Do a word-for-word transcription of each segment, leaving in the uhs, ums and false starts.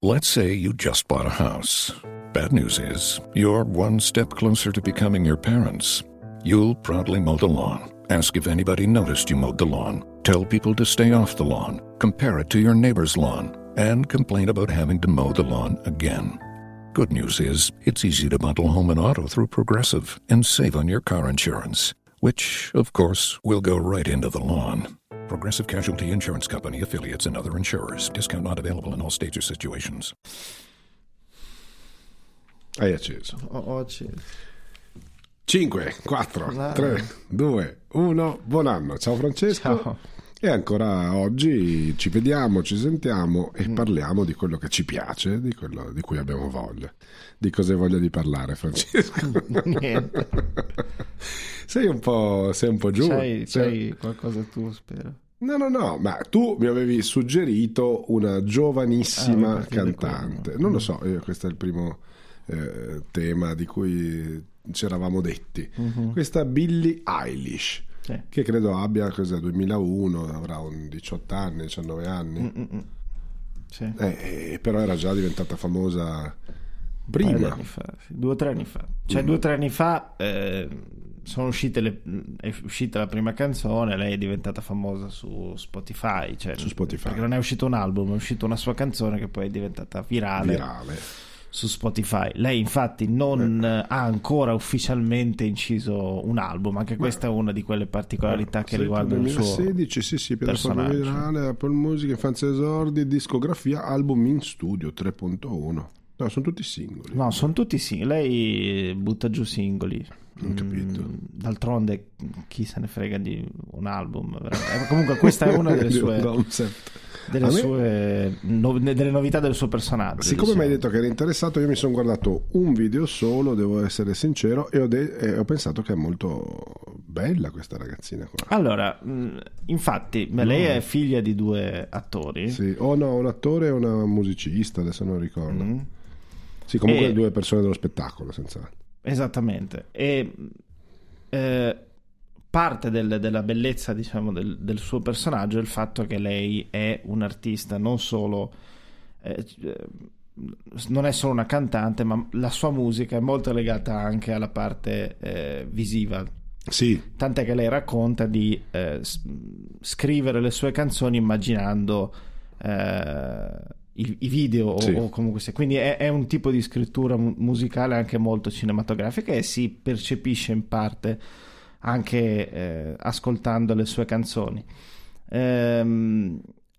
Let's say you just bought a house. Bad news is, you're one step closer to becoming your parents. You'll proudly mow the lawn, ask if anybody noticed you mowed the lawn, tell people to stay off the lawn, compare it to your neighbor's lawn, and complain about having to mow the lawn again. Good news is, it's easy to bundle home and auto through Progressive and save on your car insurance, which, of course, will go right into the lawn. Progressive Casualty Insurance Company, affiliates, and other insurers. Discount not available in all states or situations. Hai acceso. Ho, ho acceso. cinque, quattro, tre, due, uno. Buon anno. Ciao Francesco. Ciao. E ancora oggi ci vediamo, ci sentiamo e mm. parliamo di quello che ci piace, di quello di cui abbiamo voglia. Di cosa hai voglia di parlare, Francesco? Niente. Sei un po', sei un po' giù. C'hai, sei... c'hai qualcosa tu, spero. No, no, no, ma tu mi avevi suggerito una giovanissima ah, cantante. Non lo so, io, questo è il primo eh, tema di cui ci eravamo detti. Uh-huh. Questa Billie Eilish. Sì. Che credo abbia cos'è, duemilauno, avrà un diciotto anni, diciannove anni. Sì. Eh, però era già diventata famosa prima, anni fa, sì. due o tre anni fa. Cioè mm. due o tre anni fa eh, sono uscite le, è uscita la prima canzone, lei è diventata famosa su Spotify, cioè, su Spotify. Perché non è uscito un album, è uscita una sua canzone che poi è diventata virale. Virale. Su Spotify. Lei infatti non eh. ha ancora ufficialmente inciso un album, anche questa ma, è una di quelle particolarità che sì, riguardano il suo duemilasedici, sì sì, piattaforma virale, Apple Music, infanzia esordi, discografia, album in studio tre punto uno. No, sono tutti singoli. No, sono tutti singoli. Lei butta giù singoli. Non capito. Mm, d'altronde chi se ne frega di un album, veramente. Comunque questa è una delle sue delle me... sue no, delle novità del suo personaggio. Siccome diciamo. mi hai detto che eri interessato, io mi sono guardato un video solo, devo essere sincero, e ho, de- e ho pensato che è molto bella questa ragazzina qua. Allora, infatti, no. lei è figlia di due attori. Sì, o no, un attore e una musicista, adesso non ricordo. Mm. Sì, comunque e... due persone dello spettacolo, senza. Esattamente. E eh, parte del, della bellezza, diciamo, del, del suo personaggio è il fatto che lei è un'artista, non solo eh, non è solo una cantante, ma la sua musica è molto legata anche alla parte eh, visiva. Sì. Tant'è che lei racconta di eh, scrivere le sue canzoni immaginando eh, i, i video sì. o, o comunque se quindi è, è un tipo di scrittura mu- musicale anche molto cinematografica e si percepisce in parte anche eh, ascoltando le sue canzoni. Ehm,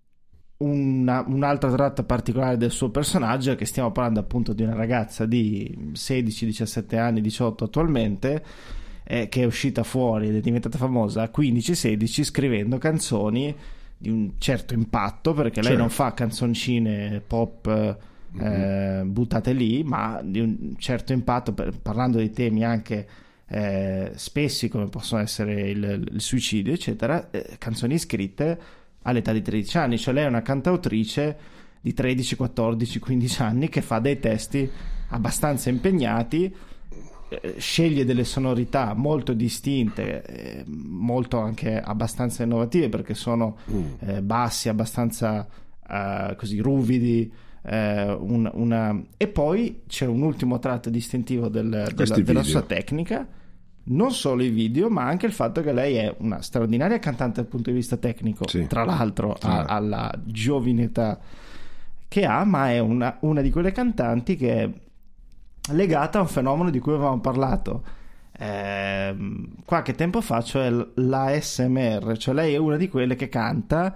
una, un'altra tratta particolare del suo personaggio è che stiamo parlando appunto di una ragazza di sedici diciassette anni, diciotto attualmente, eh, che è uscita fuori ed è diventata famosa a quindici sedici scrivendo canzoni di un certo impatto, perché lei certo. non fa canzoncine pop eh, mm-hmm. buttate lì, ma di un certo impatto, per, parlando di temi anche eh, spessi come possono essere il, il suicidio eccetera, eh, canzoni scritte all'età di tredici anni, cioè lei è una cantautrice di tredici, quattordici, quindici anni che fa dei testi abbastanza impegnati, eh, sceglie delle sonorità molto distinte, eh, molto anche abbastanza innovative, perché sono eh, bassi abbastanza eh, così ruvidi, eh, un, una... e poi c'è un ultimo tratto distintivo del, della, della sua tecnica, non solo i video ma anche il fatto che lei è una straordinaria cantante dal punto di vista tecnico, sì. tra l'altro ah. a, alla giovine età che ha, ma è una, una di quelle cantanti che è legata a un fenomeno di cui avevamo parlato eh, qualche tempo fa, cioè l'A S M R, cioè lei è una di quelle che canta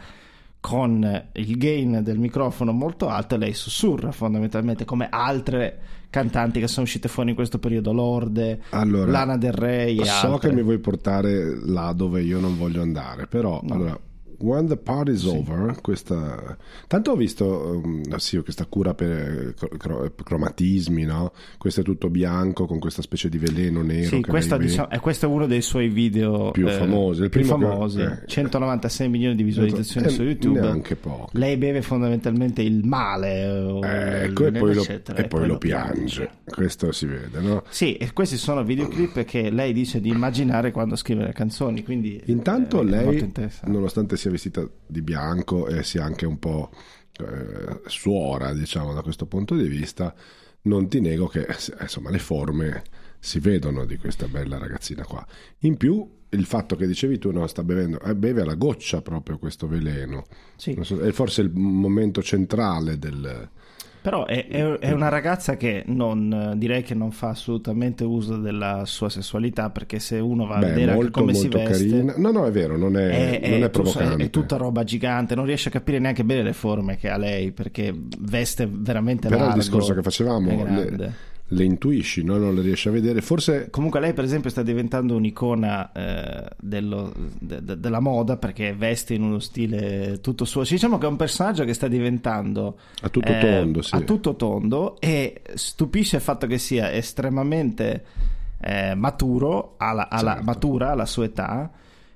con il gain del microfono molto alto e lei sussurra fondamentalmente, come altre cantanti che sono uscite fuori in questo periodo, Lorde, allora, Lana Del Rey e so altre. Che mi vuoi portare là dove io non voglio andare, però no. allora When the Party's sì. Over, questa tanto ho visto um, sì, questa cura per cro- cromatismi, no? Questo è tutto bianco con questa specie di veleno nero. Sì, che questa, diciamo, è questo è uno dei suoi video più eh, famosi, il più primo famosi, che, eh, centonovantasei milioni di visualizzazioni eh, su YouTube. Neanche poco. Lei beve fondamentalmente il male o eh, ecco, e, poi lo, eccetera, e poi, poi lo piange. piange. Questo si vede, no? Sì, e questi sono videoclip che lei dice di immaginare quando scrive le canzoni, quindi intanto eh, lei, nonostante sia vestita di bianco e sia anche un po' eh, suora, diciamo, da questo punto di vista, non ti nego che insomma le forme si vedono di questa bella ragazzina qua. In più il fatto che dicevi tu, no, sta bevendo, eh, beve alla goccia proprio questo veleno. Sì. So, è forse il momento centrale del... Però è, è, è una ragazza che non direi che non fa assolutamente uso della sua sessualità, perché se uno va a Beh, vedere molto, anche come si veste, carina. No, no, è vero, non è, è, non è, è provocante. È tutta roba gigante, non riesce a capire neanche bene le forme che ha lei, perché veste veramente però largo. Il discorso che facevamo, le, le intuisci, no? Non le riesci a vedere. Forse comunque lei per esempio sta diventando un'icona eh, dello, de, de, della moda, perché veste in uno stile tutto suo. Diciamo che è un personaggio che sta diventando a tutto eh, tondo, sì. a tutto tondo, e stupisce il fatto che sia estremamente eh, maturo alla, alla, certo. matura alla sua età,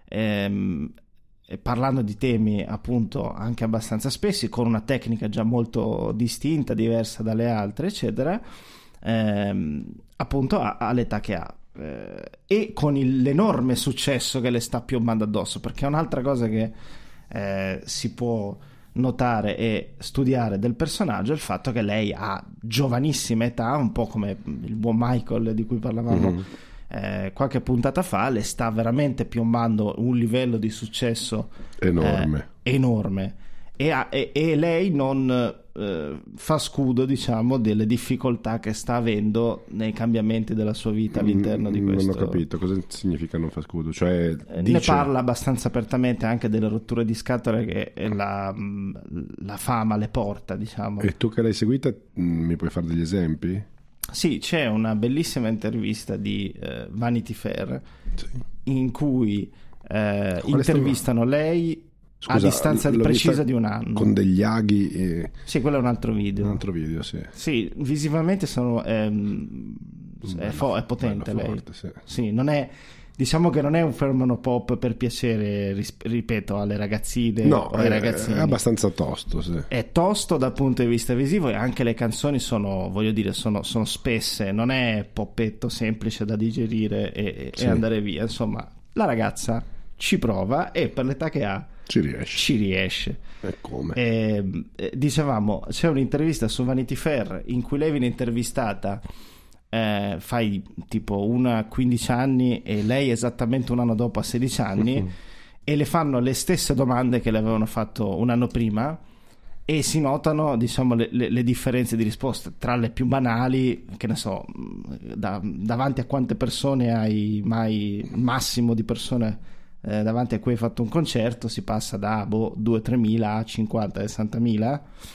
ehm, parlando di temi appunto anche abbastanza spessi, con una tecnica già molto distinta, diversa dalle altre, eccetera. Ehm, appunto all'età che ha, eh, e con il, l'enorme successo che le sta piombando addosso, perché è un'altra cosa che eh, si può notare e studiare del personaggio, il fatto che lei ha giovanissima età, un po' come il buon Michael di cui parlavamo mm-hmm. eh, qualche puntata fa, le sta veramente piombando un livello di successo enorme, eh, enorme. E, ha, e, e lei non eh, fa scudo, diciamo, delle difficoltà che sta avendo nei cambiamenti della sua vita all'interno di questo. Non ho capito cosa significa non fa scudo, cioè eh, dice... ne parla abbastanza apertamente anche delle rotture di scatole che la, la fama le porta, diciamo. E tu che l'hai seguita mi puoi fare degli esempi? Sì, c'è una bellissima intervista di eh, Vanity Fair sì. in cui eh, intervistano stava? lei Scusa, a distanza precisa di un anno, con degli aghi e... sì, quello è un altro video un altro video sì, sì visivamente sono ehm, bello, è, fo- è potente lei forte, sì. Sì, non è, diciamo che non è un fenomeno pop per piacere, ris- ripeto, alle ragazzine no, o ai è, ragazzini. È abbastanza tosto, sì. È tosto dal punto di vista visivo, e anche le canzoni sono, voglio dire, sono, sono spesse, non è poppetto semplice da digerire e, sì. e andare via. Insomma, la ragazza ci prova e per l'età che ha ci riesce. Ci riesce. E come? E, eh, dicevamo, c'è un'intervista su Vanity Fair in cui lei viene intervistata, eh, fai tipo una a quindici anni e lei esattamente un anno dopo a sedici anni, e le fanno le stesse domande che le avevano fatto un anno prima, e si notano, diciamo, le, le, le differenze di risposta tra le più banali, che ne so, da, davanti a quante persone hai mai, massimo di persone Eh, davanti a cui hai fatto un concerto, si passa da boh, due tre mila a cinquanta sessanta mila.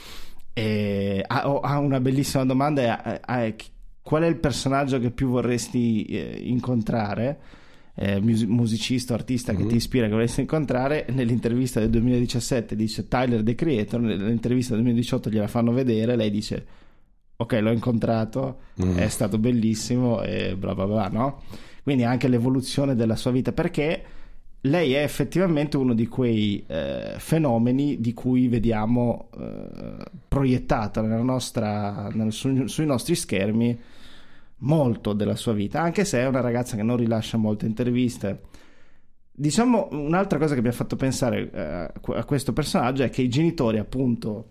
E ha, ha una bellissima domanda, è, è, qual è il personaggio che più vorresti eh, incontrare, eh, musicista o artista mm-hmm. che ti ispira, che vorresti incontrare. Nell'intervista del duemiladiciassette dice Tyler the Creator, nell'intervista del duemiladiciotto gliela fanno vedere, lei dice ok, l'ho incontrato, mm-hmm. è stato bellissimo e bla bla bla, no? Quindi anche l'evoluzione della sua vita, perché lei è effettivamente uno di quei eh, fenomeni di cui vediamo eh, proiettato nella nostra, nel, su, sui nostri schermi molto della sua vita, anche se è una ragazza che non rilascia molte interviste. Diciamo, un'altra cosa che mi ha fatto pensare eh, a questo personaggio è che i genitori, appunto,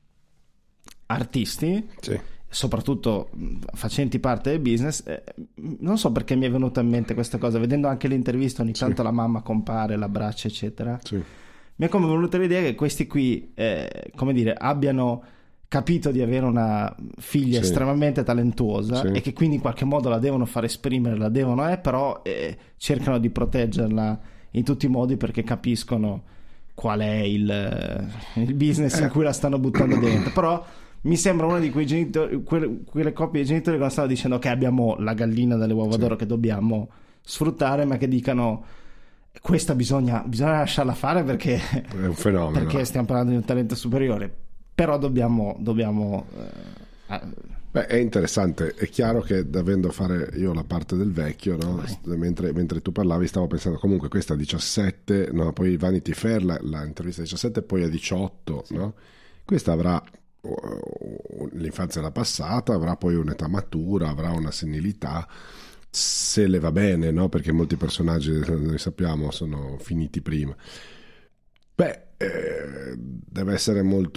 artisti, sì. soprattutto facenti parte del business, eh, non so perché mi è venuta in mente questa cosa, vedendo anche l'intervista ogni tanto sì. la mamma compare, l'abbraccia eccetera, sì. mi è come venuta l'idea che questi qui eh, come dire, abbiano capito di avere una figlia sì. estremamente talentuosa sì. e che quindi in qualche modo la devono far esprimere, la devono eh, però eh, cercano di proteggerla in tutti i modi, perché capiscono qual è il, il business eh. in cui la stanno buttando dentro. Però mi sembra una di quei genitori, quelle, quelle coppie di genitori che non stanno dicendo che abbiamo la gallina dalle uova sì. d'oro che dobbiamo sfruttare, ma che dicano questa bisogna, bisogna lasciarla fare perché è un fenomeno, perché stiamo parlando di un talento superiore, però dobbiamo, dobbiamo eh, Beh, è interessante. È chiaro che avendo fare io la parte del vecchio, no? mentre, mentre tu parlavi stavo pensando comunque questa a diciassette, no? Poi Vanity Fair la, la intervista a diciassette, poi a diciotto, sì. no? Questa avrà l'infanzia l'ha passata, avrà poi un'età matura, avrà una senilità, se le va bene, no? Perché molti personaggi, noi sappiamo, sono finiti prima. Beh, eh, deve essere molto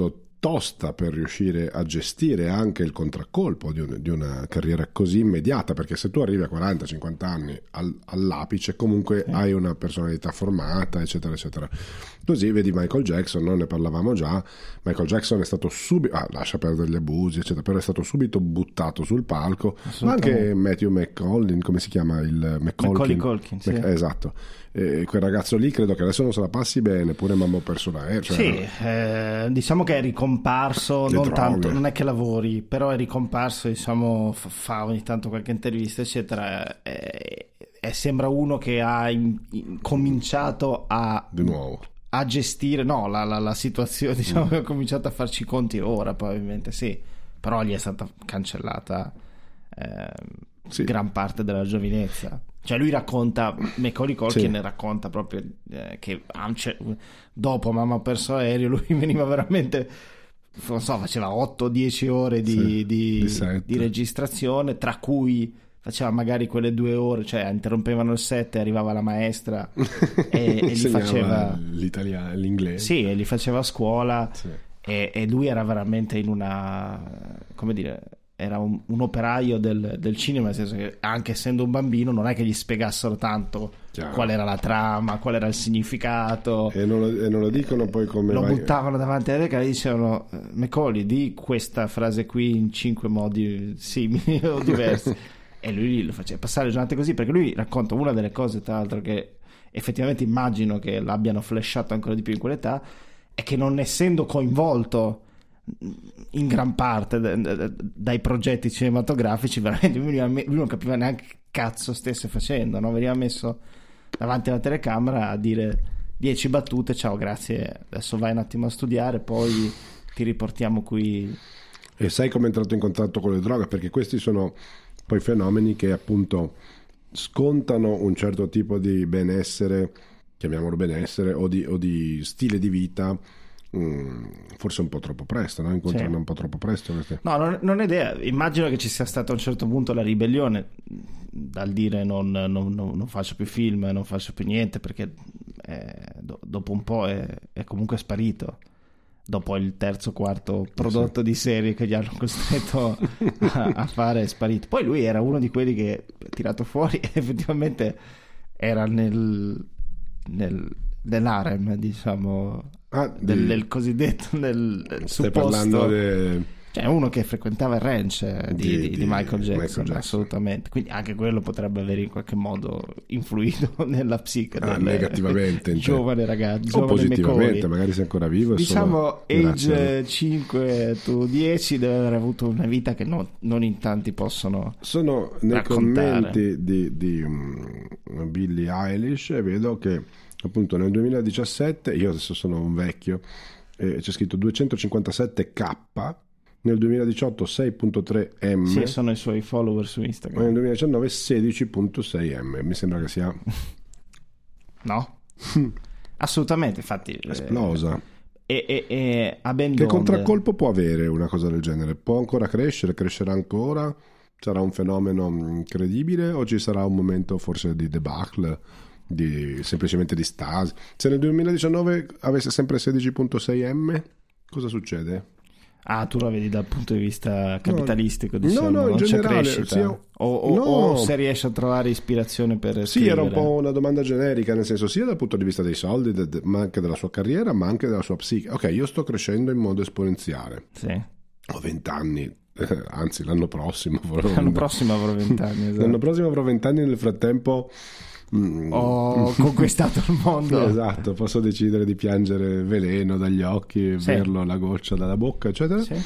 tosta per riuscire a gestire anche il contraccolpo di, un, di una carriera così immediata, perché se tu arrivi a quaranta cinquanta anni al, all'apice comunque sì. hai una personalità formata, eccetera eccetera. Così vedi Michael Jackson, non ne parlavamo già, Michael Jackson è stato subito, ah, lascia perdere gli abusi eccetera, però è stato subito buttato sul palco, ma anche Matthew McCollin, come si chiama il Macaulay Culkin, sì. Mac- esatto, e quel ragazzo lì credo che adesso non se la passi bene, pure Mamma ho perso l'aereo, cioè, sì, eh, diciamo che è ricomparso, non droghe. tanto, non è che lavori, però è ricomparso, diciamo, fa ogni tanto qualche intervista eccetera, e, e sembra uno che ha in, in, cominciato a di nuovo a gestire no la, la, la situazione, diciamo, mm. che ha cominciato a farci conti ora, probabilmente sì, però gli è stata cancellata eh, sì. gran parte della giovinezza. Cioè lui racconta, Macaulay Culkin sì. racconta proprio eh, che dopo Mamma ho perso l'aereo lui veniva veramente, non so, faceva otto dieci ore di, sì, di, di, di registrazione, tra cui faceva magari quelle due ore, cioè interrompevano il set e arrivava la maestra e, e gli faceva l'italiano, l'inglese, sì, e li faceva a scuola sì. e, e lui era veramente in una, come dire, era un, un operaio del, del cinema, nel senso che anche essendo un bambino non è che gli spiegassero tanto Chiaro. qual era la trama, qual era il significato, e non lo, e non lo dicono poi come lo vai... buttavano davanti alla telecamera e dicevano Macaulay di questa frase qui in cinque modi simili o diversi e lui lo faceva passare le giornate così, perché lui racconta una delle cose tra l'altro che effettivamente immagino che l'abbiano flashato ancora di più in quell'età, è che non essendo coinvolto in gran parte d- d- dai progetti cinematografici, veramente lui, lui non capiva neanche che cazzo stesse facendo, no? Veniva messo davanti alla telecamera a dire dieci battute, ciao grazie, adesso vai un attimo a studiare, poi ti riportiamo qui. E sai come è entrato in contatto con le droghe? Perché questi sono poi fenomeni che appunto scontano un certo tipo di benessere, chiamiamolo benessere, o di, o di stile di vita, mm, forse un po' troppo presto, no? Incontrano sì. un po' troppo presto queste... No, non, non ho idea, immagino che ci sia stata a un certo punto la ribellione dal dire non, non, non, non faccio più film, non faccio più niente, perché eh, do, dopo un po' è, è comunque sparito. Dopo il terzo quarto prodotto sì. di serie che gli hanno costretto a, a fare, è sparito. Poi lui era uno di quelli che tirato fuori effettivamente era nel, nel nell'harem, diciamo, ah, del, di... del cosiddetto del, del stai supposto parlando de... cioè uno che frequentava il ranch di, di, di, di Michael, Jackson, Michael Jackson, assolutamente, quindi anche quello potrebbe aver in qualche modo influito nella psiche ah, del negativamente giovane ragazzo, o giovane positivamente Macaulay. Magari sei ancora vivo, diciamo solo... age cinque to dieci deve aver avuto una vita che non, non in tanti possono sono nei raccontare. Commenti di, di um, Billie Eilish e vedo che appunto nel duemiladiciassette, io adesso sono un vecchio, eh, c'è scritto duecentocinquantasette K, nel duemiladiciotto sei virgola tre M, sì, sono i suoi follower su Instagram, nel duemiladiciannove sedici virgola sei M, mi sembra che sia no? Assolutamente, infatti esplosa. E, e, e a ben che donde. Contraccolpo può avere una cosa del genere? Può ancora crescere, crescerà ancora? Sarà un fenomeno incredibile o ci sarà un momento forse di debacle, di semplicemente di stasi? Se nel duemiladiciannove avesse sempre sedici virgola sei M, cosa succede? Ah, tu la vedi dal punto di vista capitalistico, no, diciamo, no, no, in non c'è generale, crescita, sia... o, o, no. o se riesce a trovare ispirazione per sì, scrivere. era un po' una domanda generica, nel senso sia dal punto di vista dei soldi, de, de, ma anche della sua carriera, ma anche della sua psiche. Ok, io sto crescendo in modo esponenziale, sì. Ho vent'anni, eh, anzi l'anno prossimo l'anno prossimo avrò vent'anni, esatto. L'anno prossimo avrò vent'anni, nel frattempo ho conquistato il mondo. Esatto, posso decidere di piangere veleno dagli occhi, sì. berlo la goccia dalla bocca, eccetera, sì.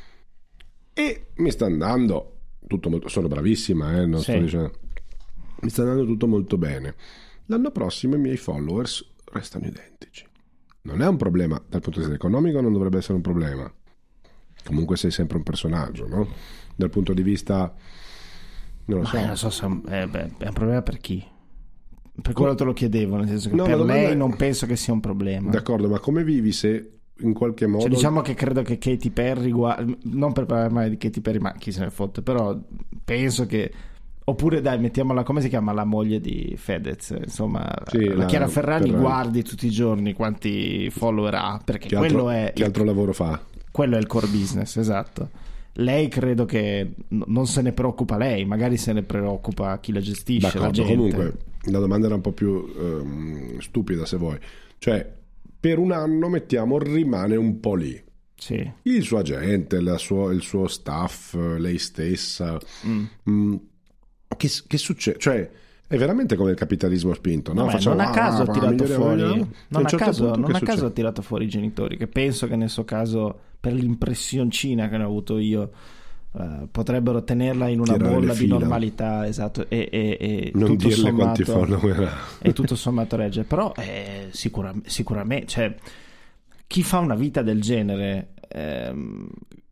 E mi sta andando tutto molto, sono bravissima, eh, non sì. sto dicendo, mi sta andando tutto molto bene. L'anno prossimo i miei followers restano identici. Non è un problema dal punto di vista economico, non dovrebbe essere un problema. Comunque sei sempre un personaggio, no? Dal punto di vista, non lo so, non so se è un, eh, beh, è un problema per chi. Per quello te lo chiedevo, nel senso che no, per lei è... non penso che sia un problema. D'accordo, ma come vivi se in qualche modo... Cioè, diciamo che credo che Katy Perry, non per parlare mai di Katy Perry, ma chi se ne fotte, però penso che... Oppure dai, mettiamola, come si chiama la moglie di Fedez, insomma, sì, la, la Chiara Ferragni, Ferragni, guardi tutti i giorni quanti follower ha, perché che quello altro, è... Che altro lavoro fa? quello è il core business, esatto. Lei credo che non se ne preoccupa lei, magari se ne preoccupa chi la gestisce. D'accordo, la gente. Comunque la domanda era un po' più um, stupida, se vuoi, cioè per un anno mettiamo rimane un po' lì, sì. il suo agente, la sua, il suo staff, lei stessa, mm. Mm, che, che succede? Cioè è veramente come il capitalismo spinto, no? Vabbè, Facciamo, non a caso ah, ha tirato fuori vogliamo, non, a, certo caso, non a succede? caso ha tirato fuori i genitori, che penso che nel suo caso, per l'impressioncina che ne ho avuto io, Uh, potrebbero tenerla in una Tirare bolla di fila. normalità, esatto, e, e, e non tutto dirle quanti sommato, follower e tutto sommato regge. Però eh, sicura, sicuramente, cioè, chi fa una vita del genere ehm,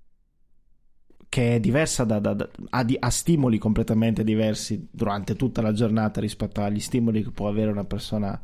che è diversa da, da, da ha, di, ha stimoli completamente diversi durante tutta la giornata rispetto agli stimoli che può avere una persona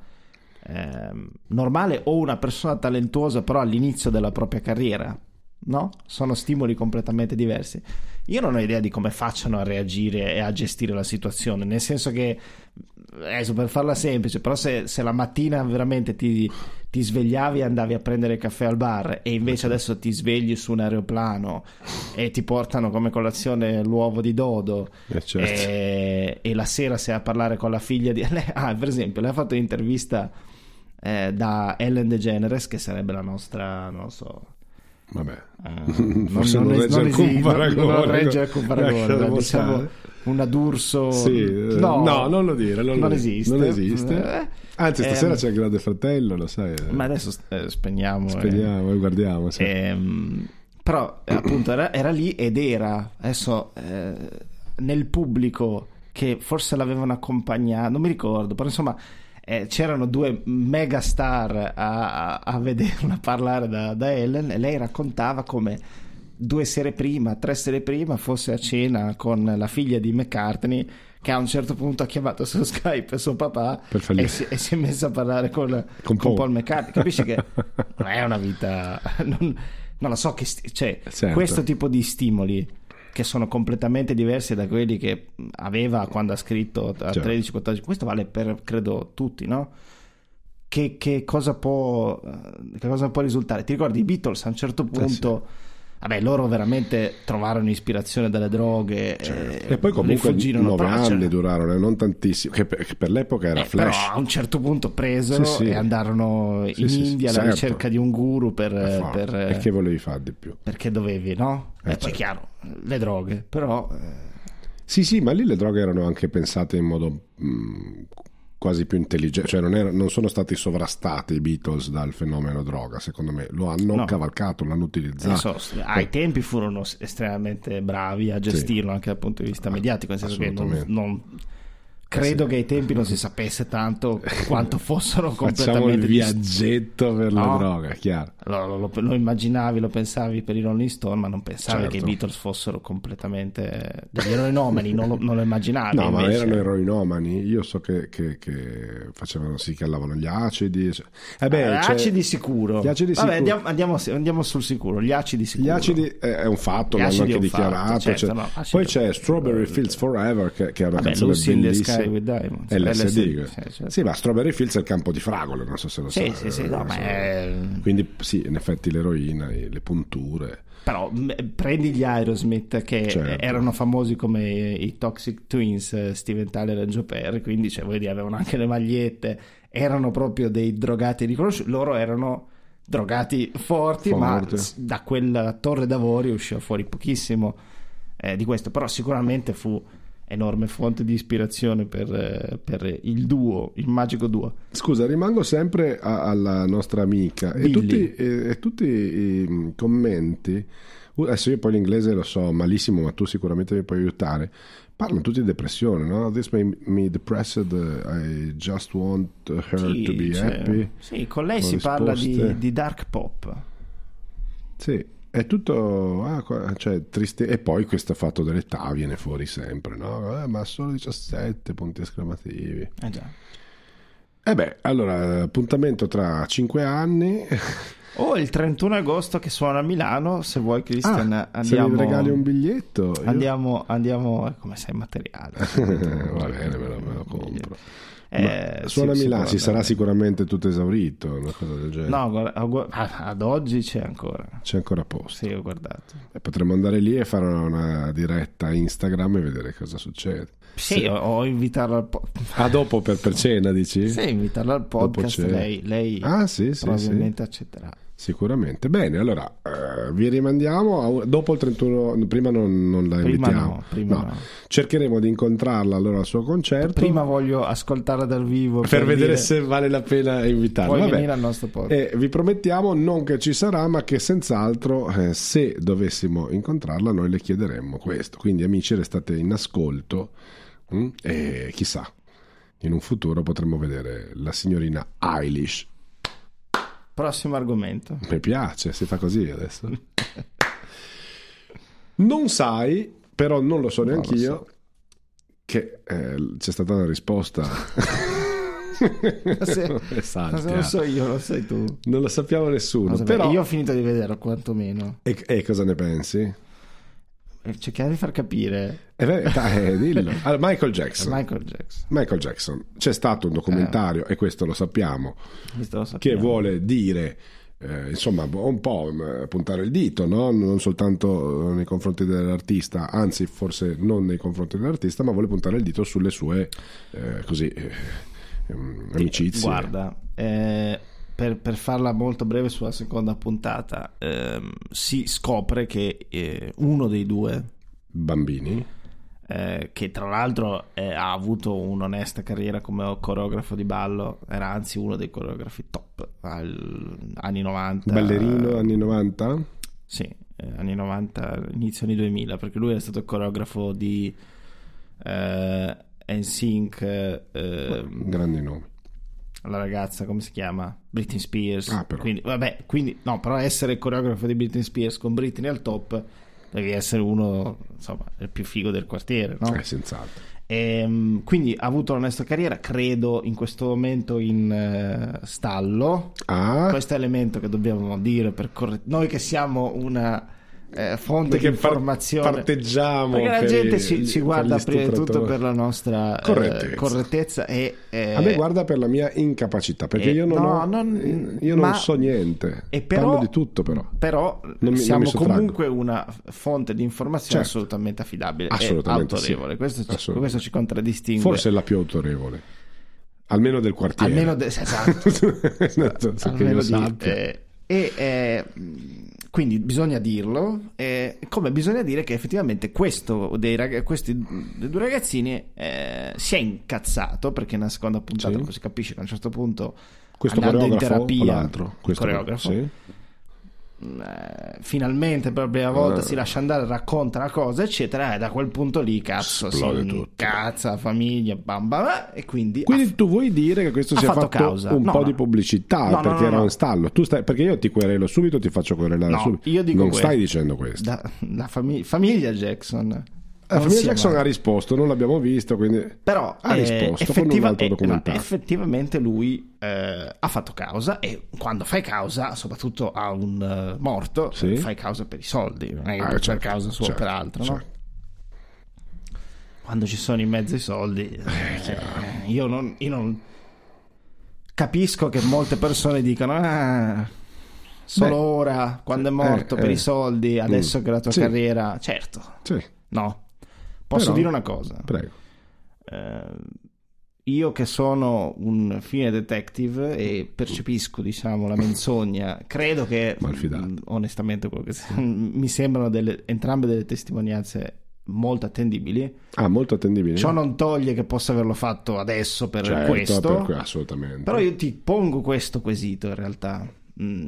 ehm, normale o una persona talentuosa però all'inizio della propria carriera, no? Sono stimoli completamente diversi. Io non ho idea di come facciano a reagire e a gestire la situazione, nel senso che adesso, per farla semplice, però se, se la mattina veramente ti, ti svegliavi e andavi a prendere il caffè al bar e invece adesso ti svegli su un aeroplano e ti portano come colazione l'uovo di dodo, eh certo. e, e la sera sei a parlare con la figlia di lei, ah, per esempio lei ha fatto un'intervista eh, da Ellen DeGeneres, che sarebbe la nostra, non so, vabbè, uh, forse non, non, non regge alcun paragone, non regge alcun paragone, diciamo una D'Urso, sì, no, no, non lo dire, non, non lo esiste, non esiste. Eh, anzi stasera ehm, c'è il Grande Fratello, lo sai, ma adesso eh, spegniamo spegniamo e eh, guardiamo, sì. ehm, però eh, appunto era, era lì ed era adesso eh, nel pubblico che forse l'avevano accompagnato, non mi ricordo, però insomma Eh, c'erano due megastar a, a, a vederla parlare da, da Ellen, e lei raccontava come due sere prima, tre sere prima fosse a cena con la figlia di McCartney, che a un certo punto ha chiamato su Skype suo papà e si, e si è messa a parlare con, con, con Paul McCartney. Capisci che non è una vita, non, non lo so, che sti- cioè certo. Questo tipo di stimoli che sono completamente diversi da quelli che aveva quando ha scritto a tredici quattordici, questo vale per credo tutti, no? Che, che cosa può che cosa può risultare? Ti ricordi i Beatles a un certo punto, eh sì. Vabbè, loro veramente trovarono ispirazione dalle droghe, certo. e, e poi comunque nove anni c'era... durarono, non tantissimo, che per, che per l'epoca era eh, flash. Però a un certo punto presero sì, sì. e andarono sì, in sì, India sì, alla certo. ricerca di un guru per, per, per e che volevi fare di più? Perché dovevi, no? Eh, e poi certo. chiaro, le droghe, però eh... sì sì, ma lì le droghe erano anche pensate in modo mh, quasi più intelligente, cioè non, era, non sono stati sovrastati i Beatles dal fenomeno droga, secondo me lo hanno no. cavalcato, l'hanno utilizzato. So, ai tempi furono estremamente bravi a gestirlo, sì. Anche dal punto di vista ah, mediatico, nel senso che non, non credo eh sì. che ai tempi non si sapesse tanto quanto fossero completamente. Facciamo il viaggetto per no? la droga, chiaro. Lo, lo, lo, lo immaginavi, lo pensavi per i Rolling Stone, ma non pensavi certo. che i Beatles fossero completamente degli eroinomani, non lo, non lo immaginavi. No, invece. Ma erano eroinomani. Io so che, che, che facevano sì, che allavano gli acidi. Eh beh, eh, cioè... acidi sicuro. Gli acidi Vabbè, sicuro. Andiamo, andiamo, andiamo sul sicuro. Gli acidi sicuro. Gli acidi è un fatto, l'hanno anche dichiarato. Fatto, certo, cioè... no, Poi c'è Strawberry Fields Forever, che, che è una Vabbè, canzone Lucy bellissima. In the Sky with Diamonds. L S D. L S D sì, certo. Sì, ma Strawberry Fields è il campo di fragole, non so se lo sì, sai. Sì, sì, no, ma è... Quindi sì, in effetti l'eroina, le punture. Però prendi gli Aerosmith, che certo. erano famosi come i Toxic Twins, Steven Tyler e Joe Perry, quindi cioè, voglio dire, avevano anche le magliette, erano proprio dei drogati riconosciuti, loro erano drogati forti, Forte. Ma da quella torre d'avorio usciva fuori pochissimo eh, di questo, però sicuramente fu enorme fonte di ispirazione per, per il duo, il magico duo. Scusa, rimango sempre a, alla nostra amica e tutti, e, e tutti i commenti, adesso io poi l'inglese lo so malissimo, ma tu sicuramente mi puoi aiutare, parlano tutti di depressione, no? This made me depressed, I just want her sì, to be cioè, happy. Sì, con lei si parla di, di dark pop. Sì. È tutto ah, cioè, triste, e poi questo fatto dell'età viene fuori sempre, no? Eh, ma solo diciassette punti esclamativi. Eh già. E beh, allora appuntamento tra cinque anni. O oh, il trentuno agosto che suona a Milano, se vuoi Christian, ah, andiamo. Se mi regali un biglietto. Io... Andiamo, andiamo come sei materiale. Va bene, me lo, me lo compro. Eh, suonami sì, là, ci sarà sicuramente tutto esaurito, una cosa del genere. No, guarda, ad oggi c'è ancora. C'è ancora posto. Sì, ho guardato. E potremmo andare lì e fare una diretta Instagram e vedere cosa succede. Sì, sì. O, o invitarla al podcast. Ah, dopo per, per cena, dici? Sì, invitarla al podcast, lei, lei ah, sì, sì, probabilmente sì. accetterà. Sicuramente. Bene, allora eh, vi rimandiamo a, dopo il trentuno. Prima non, non la prima invitiamo. No, prima no. no. Cercheremo di incontrarla allora al suo concerto. Prima voglio ascoltarla dal vivo per, per vedere dire... se vale la pena invitarla. Puoi Vabbè. venire al nostro podcast. E vi promettiamo non che ci sarà, ma che senz'altro eh, se dovessimo incontrarla noi le chiederemmo questo. Quindi amici, restate in ascolto mh? E chissà, in un futuro potremmo vedere la signorina Eilish. Prossimo argomento. Mi piace, si fa così adesso. Non sai, però non lo so neanche io, so. Che eh, c'è stata una risposta. Se, se non lo so io, lo sai tu. Non lo sappiamo nessuno. So, però... Io ho finito di vederlo, quantomeno. E, e cosa ne pensi? Cerchiamo di far capire. Eh beh, dai, dillo. Allora, Michael Jackson. Michael Jackson. Michael Jackson. C'è stato un documentario, eh. e questo lo sappiamo, questo lo sappiamo, che vuole dire, eh, insomma, un po' puntare il dito, no? Non soltanto nei confronti dell'artista, anzi, forse non nei confronti dell'artista, ma vuole puntare il dito sulle sue, eh, così, eh, amicizie. Guarda, eh, per, per farla molto breve sulla seconda puntata, ehm, si scopre che eh, uno dei due bambini, eh, che tra l'altro eh, ha avuto un'onesta carriera come coreografo di ballo, era anzi uno dei coreografi top al, anni novanta, ballerino anni novanta? Sì, eh, anni novanta, inizio anni duemila, perché lui è stato il coreografo di eh, N Sync, eh, grandi nomi. La ragazza, come si chiama? Britney Spears. Ah, però. Quindi, vabbè, quindi no, però essere coreografo di Britney Spears con Britney al top, devi essere uno, insomma, il più figo del quartiere, no? Eh, senz'altro. E, quindi ha avuto un'onesta carriera, credo in questo momento in uh, stallo. Ah. Questo è elemento che dobbiamo dire per corre- noi che siamo una Eh, fonte di informazione, parteggiamo perché la gente i, ci, ci guarda prima di tutto per la nostra correttezza, eh, correttezza e eh, a me guarda per la mia incapacità, perché eh, io non, no, ho, non io non ma, so niente e però, parlo di tutto, però, però non mi, siamo non mi comunque una fonte di informazione, certo, assolutamente affidabile, assolutamente, e autorevole, sì. questo, assolutamente. questo ci contraddistingue, forse è la più autorevole, almeno del quartiere, almeno de- esatto, so almeno che io di, eh, e eh, quindi bisogna dirlo, eh, come bisogna dire che effettivamente questo dei rag- questi dei due ragazzini eh, si è incazzato, perché nella seconda puntata, sì, si capisce che a un certo punto, questo andando in coreografo terapia, o l'altro? Questo coreografo, sì. eh, finalmente per la prima volta uh. si lascia andare, racconta una cosa eccetera, e da quel punto lì cazzo si incazza la famiglia, bam, bam, e quindi quindi ha, tu vuoi dire che questo sia fatto, fatto causa. un no, po' no. di pubblicità, no, perché no, era no. un stallo, tu stai, perché io ti querelo subito, ti faccio querelare no, subito, io dico non questo. Stai dicendo questo, da, la famig- famiglia Jackson la famiglia Jackson mai. ha risposto, non l'abbiamo visto, quindi però ha eh, risposto con un altro eh, documentario. no, effettivamente lui eh, ha fatto causa, e quando fai causa, soprattutto a un uh, morto, sì, fai causa per i soldi, non è che ah, fai certo, causa solo certo, per altro, certo. No? Quando ci sono in mezzo i soldi, eh, io, non, io non capisco che molte persone dicano ah, solo Beh, ora, quando è morto, eh, per eh, i soldi, adesso mm, che la tua sì, carriera, certo, sì. No, posso Però, dire una cosa, prego. Eh, io che sono un fine detective e percepisco, diciamo, la menzogna, credo che mh, onestamente quello che mi sembrano delle, entrambe delle testimonianze molto attendibili. Ah, molto attendibili. Ciò non toglie che possa averlo fatto adesso per certo, questo, per, assolutamente. Però io ti pongo questo quesito in realtà, mm,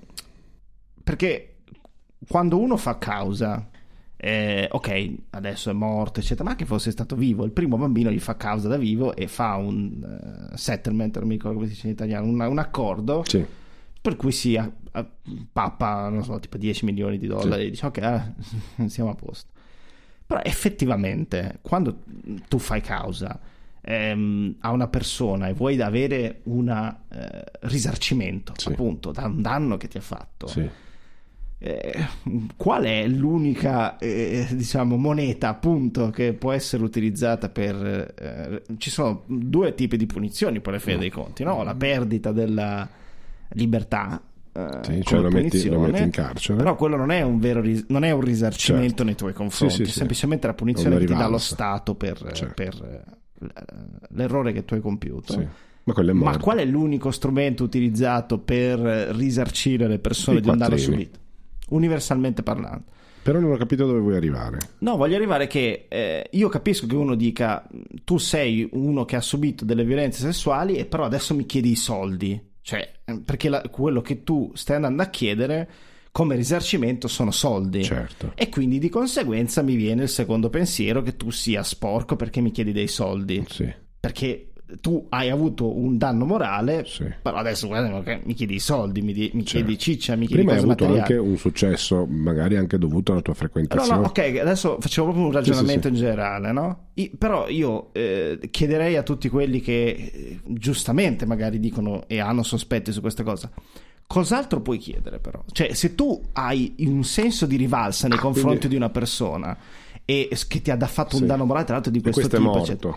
perché quando uno fa causa, eh, ok, adesso è morto eccetera, ma anche fosse stato vivo, il primo bambino gli fa causa da vivo e fa un uh, settlement, non mi ricordo come si dice in italiano, un, un accordo, sì, per cui si a, a, pappa, non so, tipo dieci milioni di dollari, sì, e dice ok, ah, siamo a posto. Però effettivamente quando tu fai causa ehm, a una persona e vuoi avere un eh, risarcimento, sì, appunto da un danno che ti ha fatto, sì, eh, qual è l'unica eh, diciamo moneta appunto che può essere utilizzata per eh, ci sono due tipi di punizioni per le fede dei conti, no? La perdita della libertà, eh, sì, cioè lo metti, lo metti in carcere, però quello non è un vero ris- non è un risarcimento, certo, nei tuoi confronti, sì, sì, semplicemente sì, la punizione che ti dà lo Stato per, certo, per l'errore che tu hai compiuto, sì. Ma, Ma qual è l'unico strumento utilizzato per risarcire le persone di un danno subito, universalmente parlando? Però non ho capito dove vuoi arrivare. No, voglio arrivare che eh, io capisco che uno dica tu sei uno che ha subito delle violenze sessuali e però adesso mi chiedi i soldi, cioè perché la, quello che tu stai andando a chiedere come risarcimento sono soldi, certo, e quindi di conseguenza mi viene il secondo pensiero che tu sia sporco perché mi chiedi dei soldi, sì, perché tu hai avuto un danno morale, sì, però adesso guarda, mi chiedi i soldi, mi, di, mi certo, chiedi ciccia, mi chiedi prima cose hai avuto materiali. Anche un successo magari anche dovuto alla tua frequentazione. No, no, ok, adesso facciamo proprio un ragionamento, sì, sì, sì, in generale, no? I, però io eh, chiederei a tutti quelli che eh, giustamente magari dicono e hanno sospetti su questa cosa, cos'altro puoi chiedere però? Cioè, se tu hai un senso di rivalsa nei ah, confronti quindi... di una persona e che ti ha fatto sì, un danno morale tra l'altro di questo, questo tipo, è morto, eccetera,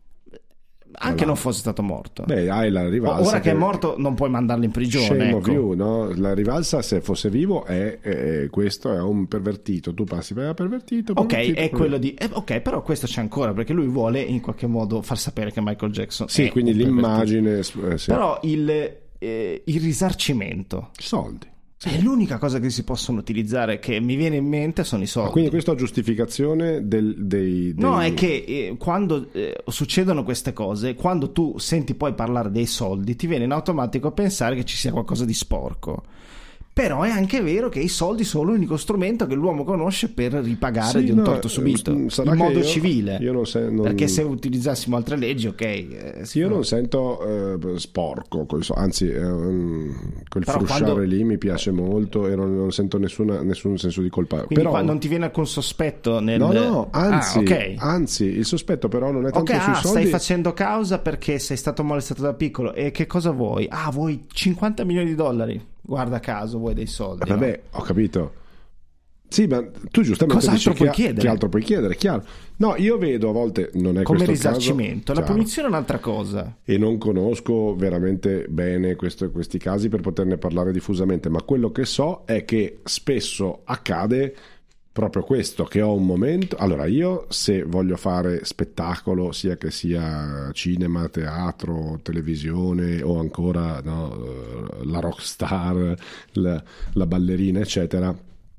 anche allora, non fosse stato morto, beh, hai la rivalsa. Ora che, che è morto non puoi mandarlo in prigione, shame ecco. of you, no? La rivalsa se fosse vivo è, è questo è un pervertito, tu passi per pervertito, pervertito, ok, è pervertito. Quello di eh, ok, però questo c'è ancora perché lui vuole in qualche modo far sapere che Michael Jackson sì, è quindi un l'immagine eh, sì. Però il, eh, il risarcimento, soldi, è l'unica cosa che si possono utilizzare che mi viene in mente sono i soldi. Ah, quindi questa è giustificazione del, dei, dei... No, è che eh, quando eh, succedono queste cose, quando tu senti poi parlare dei soldi, ti viene in automatico a pensare che ci sia qualcosa di sporco. Però è anche vero che i soldi sono l'unico strumento che l'uomo conosce per ripagare sì, di un no, torto subito in modo io, civile. Io non se, non... Perché se utilizzasimo altre leggi, ok. Eh, io non sento eh, sporco, anzi, eh, quel Però frusciare quando... lì mi piace molto e non, non sento nessuna, nessun senso di colpa. Quindi però... non ti viene alcun sospetto nel... No, no, anzi, ah, okay. anzi, il sospetto però non è tanto okay, sui ah, soldi. Stai facendo causa perché sei stato molestato da piccolo e che cosa vuoi? Ah, vuoi cinquanta milioni di dollari? Guarda caso, vuoi dei soldi. Vabbè, no? Ho capito. Sì, ma tu giustamente Cos'altro dici puoi che, chiedere? Che altro puoi chiedere, chiaro. No, io vedo a volte, non è come questo risarcimento, caso, la punizione è un'altra cosa. E non conosco veramente bene questo, questi casi per poterne parlare diffusamente, ma quello che so è che spesso accade proprio questo, che ho un momento. Allora, io se voglio fare spettacolo, sia che sia cinema, teatro, televisione o ancora no, la rockstar, la, la ballerina, eccetera,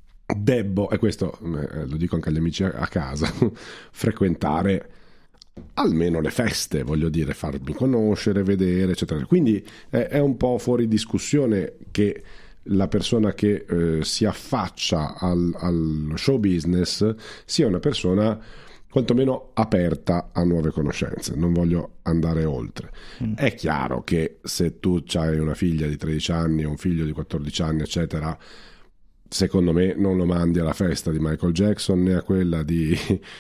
debbo, e questo eh, lo dico anche agli amici a, a casa, frequentare almeno le feste, voglio dire, farmi conoscere, vedere, eccetera. Quindi è, è un po' fuori discussione che la persona che eh, si affaccia al, allo show business sia una persona quantomeno aperta a nuove conoscenze. Non voglio andare oltre. Mm. È chiaro che se tu hai una figlia di tredici anni o un figlio di quattordici anni, eccetera, secondo me non lo mandi alla festa di Michael Jackson né a quella di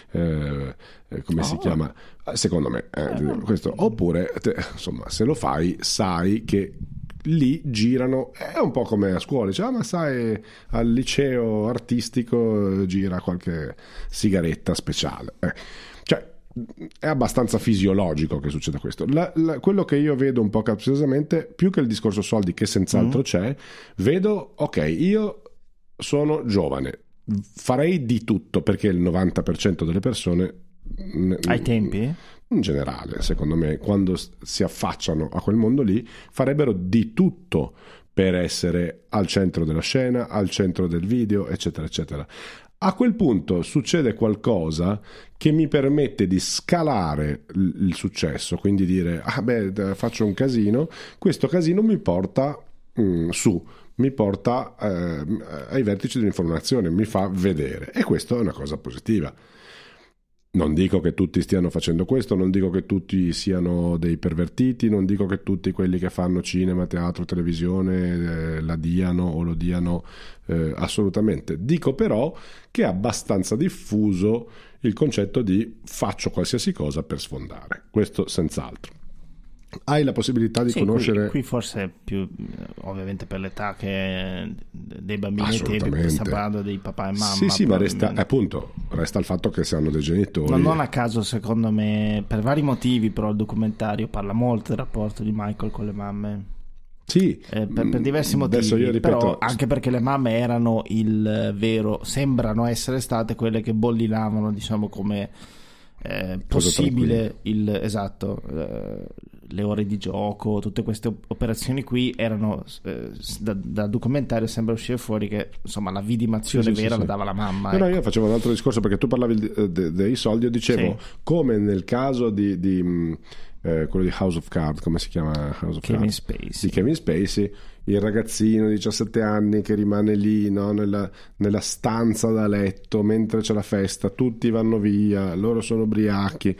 eh, come oh. si chiama, secondo me eh, questo. Oppure te, insomma, se lo fai sai che lì girano, è un po' come a scuola, cioè, ah, ma sai, al liceo artistico gira qualche sigaretta speciale, eh. Cioè è abbastanza fisiologico che succeda questo. La, la, quello che io vedo un po' capziosamente, più che il discorso soldi, che senz'altro mm. c'è, vedo, ok, io sono giovane, farei di tutto perché il novanta per cento delle persone ai tempi in generale, secondo me, quando si affacciano a quel mondo lì, farebbero di tutto per essere al centro della scena, al centro del video, eccetera, eccetera. A quel punto succede qualcosa che mi permette di scalare il successo, quindi dire, ah beh, faccio un casino, questo casino mi porta mm, su, mi porta eh, ai vertici dell'informazione, mi fa vedere, e questo è una cosa positiva. Non dico che tutti stiano facendo questo, non dico che tutti siano dei pervertiti, non dico che tutti quelli che fanno cinema, teatro, televisione eh, la diano o lo diano eh, assolutamente. Dico però che è abbastanza diffuso il concetto di faccio qualsiasi cosa per sfondare, questo senz'altro. hai la possibilità di sì, conoscere... Qui, qui forse più, ovviamente per l'età che dei bambinetti, stiamo parlando dei papà e mamma. Sì, sì, ma resta, appunto, resta il fatto che se hanno dei genitori... Ma non a caso, secondo me, per vari motivi, però il documentario parla molto del rapporto di Michael con le mamme. Sì, eh, per, per diversi motivi, io ripeto, però anche perché le mamme erano il vero, sembrano essere state quelle che bollinavano, diciamo, come eh, possibile il, esatto, eh, le ore di gioco, tutte queste operazioni qui erano eh, da, dal documentario sembra uscire fuori che insomma la vidimazione sì, vera sì, la sì. dava la mamma. No, ecco. no, io facevo un altro discorso perché tu parlavi de, de, dei soldi, io dicevo sì. come nel caso di, di eh, quello di House of Cards, come si chiama? House of Kevin Cards? Spacey. Di Kevin Spacey, il ragazzino di diciassette anni che rimane lì, no? nella, nella stanza da letto mentre c'è la festa, tutti vanno via, loro sono ubriachi.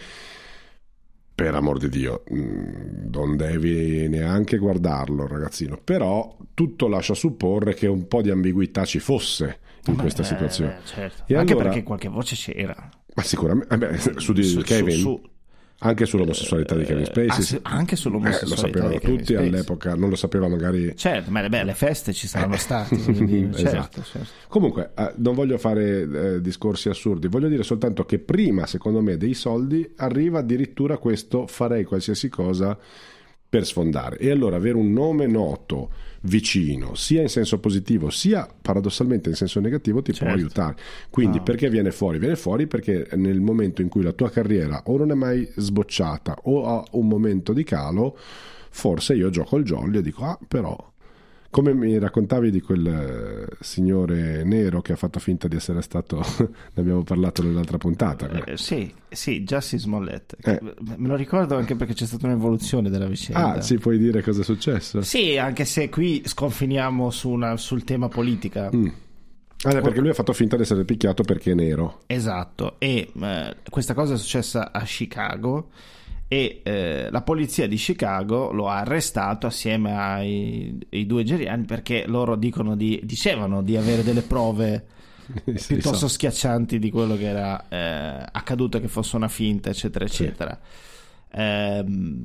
Per amor di Dio, non devi neanche guardarlo il ragazzino, però tutto lascia supporre che un po' di ambiguità ci fosse in Beh, questa situazione. Eh, certo. E anche allora, perché qualche voce c'era. Ma sicuramente eh beh, su di su, Kevin, su, su, anche sull'omosessualità eh, di Kevin Spacey, eh, anche sull'omosessualità eh, lo sapevano di Kevin tutti Spacey. All'epoca, non lo sapeva magari. Certo, ma beh, le feste ci saranno state. Quindi, esatto. certo, certo. Comunque, eh, non voglio fare eh, discorsi assurdi, voglio dire soltanto che prima, secondo me, dei soldi arriva addirittura questo farei qualsiasi cosa per sfondare. E allora avere un nome noto vicino, sia in senso positivo sia paradossalmente in senso negativo, ti certo. può aiutare. Quindi ah. perché viene fuori? Viene fuori perché nel momento in cui la tua carriera o non è mai sbocciata o ha un momento di calo, forse io gioco il jolly e dico ah però, come mi raccontavi di quel signore nero che ha fatto finta di essere stato ne abbiamo parlato nell'altra puntata. Eh, sì, sì, Jussie Smollett. Eh. Me lo ricordo anche perché c'è stata un'evoluzione della vicenda. Ah, ci puoi dire cosa è successo? Sì, anche se qui sconfiniamo su una, sul tema politica. Mm. Ah, perché lui ha fatto finta di essere picchiato perché è nero. Esatto, e eh, questa cosa è successa a Chicago e eh, la polizia di Chicago lo ha arrestato assieme ai, ai due nigeriani perché loro dicono di, dicevano di avere delle prove sì, piuttosto so. schiaccianti di quello che era eh, accaduto, che fosse una finta eccetera eccetera. Sì. Eh,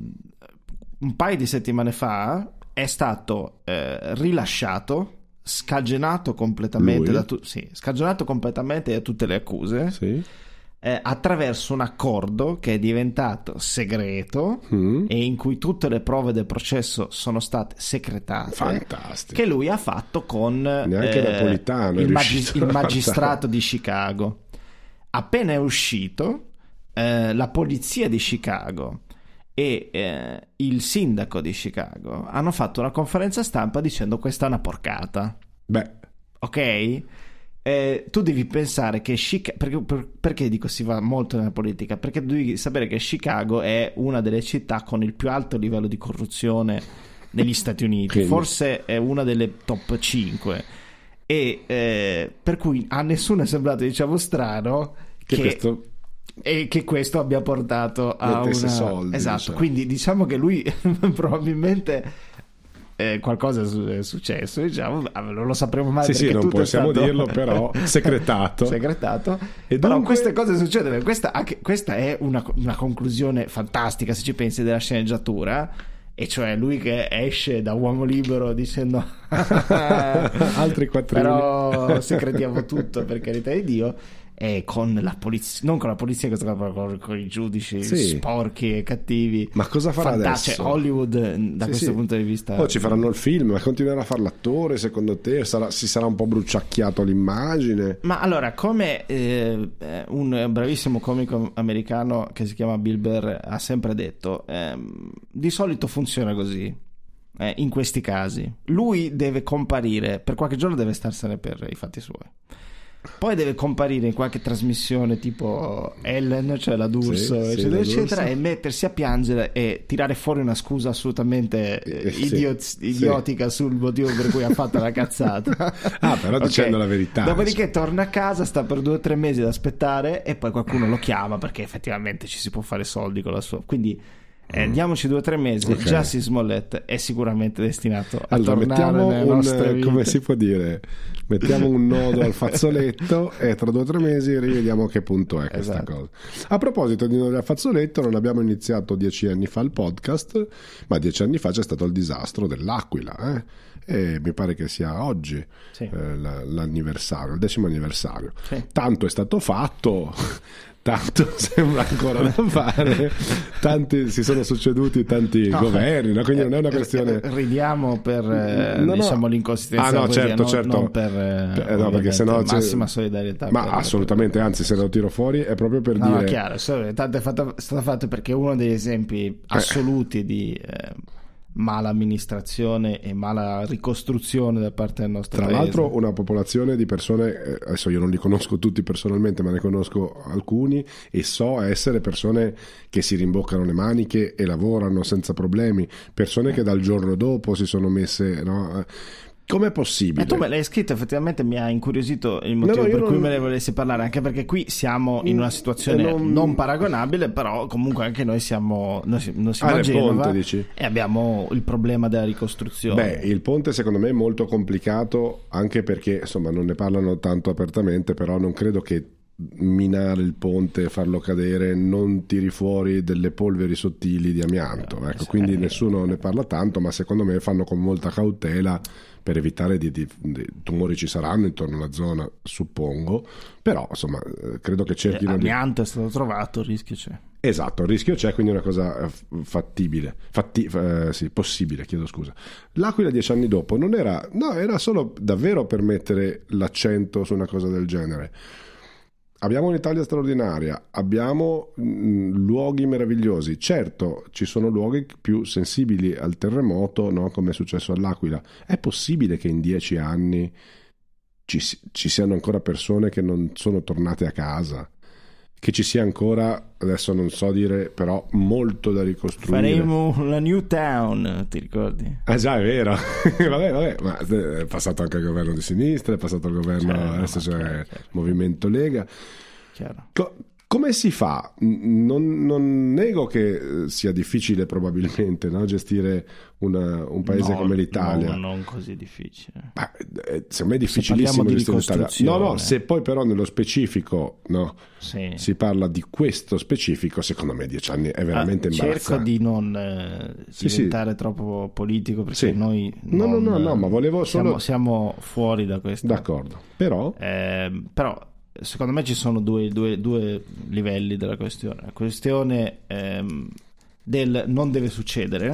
un paio di settimane fa è stato eh, rilasciato, scagionato completamente da tu- sì, scagionato completamente da tutte le accuse. Sì. Eh, attraverso un accordo che è diventato segreto mm. e in cui tutte le prove del processo sono state secretate. Fantastico. Che lui ha fatto con neanche eh, Napolitano il, magi- il magistrato di Chicago. Appena è uscito, eh, la polizia di Chicago e eh, il sindaco di Chicago hanno fatto una conferenza stampa dicendo questa è una porcata. Beh, ok? Eh, tu devi pensare che Chicago, perché, per, perché dico si va molto nella politica, perché devi sapere che Chicago è una delle città con il più alto livello di corruzione negli Stati Uniti. Quindi. Forse è una delle top cinque e eh, per cui a nessuno è sembrato, diciamo, strano che, che questo e che questo abbia portato a una soldi, esatto diciamo. Quindi diciamo che lui probabilmente Eh, qualcosa è successo, diciamo, non lo sapremo mai sì, perché sì, non tutto possiamo è stato però dirlo, però segretato segretato e però dunque... queste cose succedono. Questa, anche, questa è una, una conclusione fantastica se ci pensi della sceneggiatura, e cioè lui che esce da uomo libero dicendo altri quattrini però segretiamo tutto per carità di Dio, e con la polizia, non con la polizia, questo con, con i giudici sì. sporchi e cattivi. Ma cosa farà Fantastico. adesso? Cioè, Hollywood da sì, questo sì. punto di vista. Poi ci faranno il film, ma continuerà a fare l'attore secondo te? Sarà, si sarà un po' bruciacchiato l'immagine? Ma allora, come eh, un bravissimo comico americano che si chiama Bill Burr ha sempre detto, eh, di solito funziona così. Eh, in questi casi lui deve comparire per qualche giorno, deve starsene per i fatti suoi, poi deve comparire in qualche trasmissione tipo Ellen, cioè la D'Urso, sì, eccetera sì, eccetera, e mettersi a piangere e tirare fuori una scusa assolutamente eh, idiot- sì, idiotica sì. sul motivo per cui ha fatto la cazzata. Ah, però okay. dicendo la verità. Dopodiché torna a casa, sta per due o tre mesi ad aspettare e poi qualcuno lo chiama perché effettivamente ci si può fare soldi con la sua. Quindi Eh, diamoci due o tre mesi. Okay. Jussie Smollett è sicuramente destinato a allora, tornare mettiamo nelle un, nostre vite. come si può dire, mettiamo un nodo al fazzoletto e tra due o tre mesi rivediamo a che punto è questa esatto. cosa. A proposito di nodi al fazzoletto, non abbiamo iniziato dieci anni fa il podcast, ma dieci anni fa c'è stato il disastro dell'Aquila, eh? E mi pare che sia oggi sì. eh, l'anniversario, il decimo anniversario. Sì. Tanto è stato fatto, tanto sembra ancora da fare, tanti si sono succeduti tanti no, governi, no? Quindi non è una questione. Ridiamo per eh, no, diciamo no. l'inconsistenza, ah, no, così, certo, non, certo. non per eh, no, perché sennò massima solidarietà. Ma per, assolutamente, per... anzi, se lo tiro fuori è proprio per no, dire. No, chiaro, tanto è, fatto, è stato fatto perché uno degli esempi assoluti eh. di eh, mala amministrazione e mala ricostruzione da parte del nostro tra paese. l'altro una popolazione di persone, adesso io non li conosco tutti personalmente, ma ne conosco alcuni e so essere persone che si rimboccano le maniche e lavorano senza problemi, persone che dal giorno dopo si sono messe, no? Com'è possibile? E tu me l'hai scritto, effettivamente mi ha incuriosito il motivo no, no, per cui non... me ne volessi parlare, anche perché qui siamo in una situazione non... non paragonabile, però comunque anche noi siamo, noi, noi siamo ah, a Genova ponte, dici? E abbiamo il problema della ricostruzione. Beh, il ponte secondo me è molto complicato, anche perché insomma non ne parlano tanto apertamente, però non credo che minare il ponte e farlo cadere non tiri fuori delle polveri sottili di amianto, ecco, quindi nessuno ne parla tanto, ma secondo me fanno con molta cautela per evitare di, di, di tumori ci saranno intorno alla zona, suppongo, però insomma credo che cerchino di... L'amianto è stato trovato, il rischio c'è. Esatto, il rischio c'è, quindi è una cosa fattibile, fatti, eh, sì, possibile, chiedo scusa. L'Aquila dieci anni dopo non era, no, era solo davvero per mettere l'accento su una cosa del genere. Abbiamo un'Italia straordinaria, abbiamo mh, luoghi meravigliosi. Certo, ci sono luoghi più sensibili al terremoto, no? Come è successo all'Aquila. È possibile che in dieci anni ci, ci siano ancora persone che non sono tornate a casa? Che ci sia ancora, adesso non so dire, però molto da ricostruire. Faremo la New Town, ti ricordi? Ah già, è vero. vabbè, vabbè, ma è passato anche il governo di sinistra, è passato il governo, chiaro, adesso c'è chiaro, chiaro. Movimento Lega. Chiaro. Co- come si fa? Non, non nego che sia difficile probabilmente, no? Gestire una, un paese no, come l'Italia. No, non così difficile. Ma, eh, secondo me è difficilissimo di gestire l'Italia. No, no, se poi però nello specifico no, sì. si parla di questo specifico, secondo me dieci anni è veramente ah, imbarazzante. Cerco di non eh, sì, diventare sì. troppo politico, perché sì. noi no, non, no, no, no, ma volevo solo... siamo, siamo fuori da questo. D'accordo, però... Eh, però secondo me ci sono due, due, due livelli della questione. La questione ehm, del non deve succedere,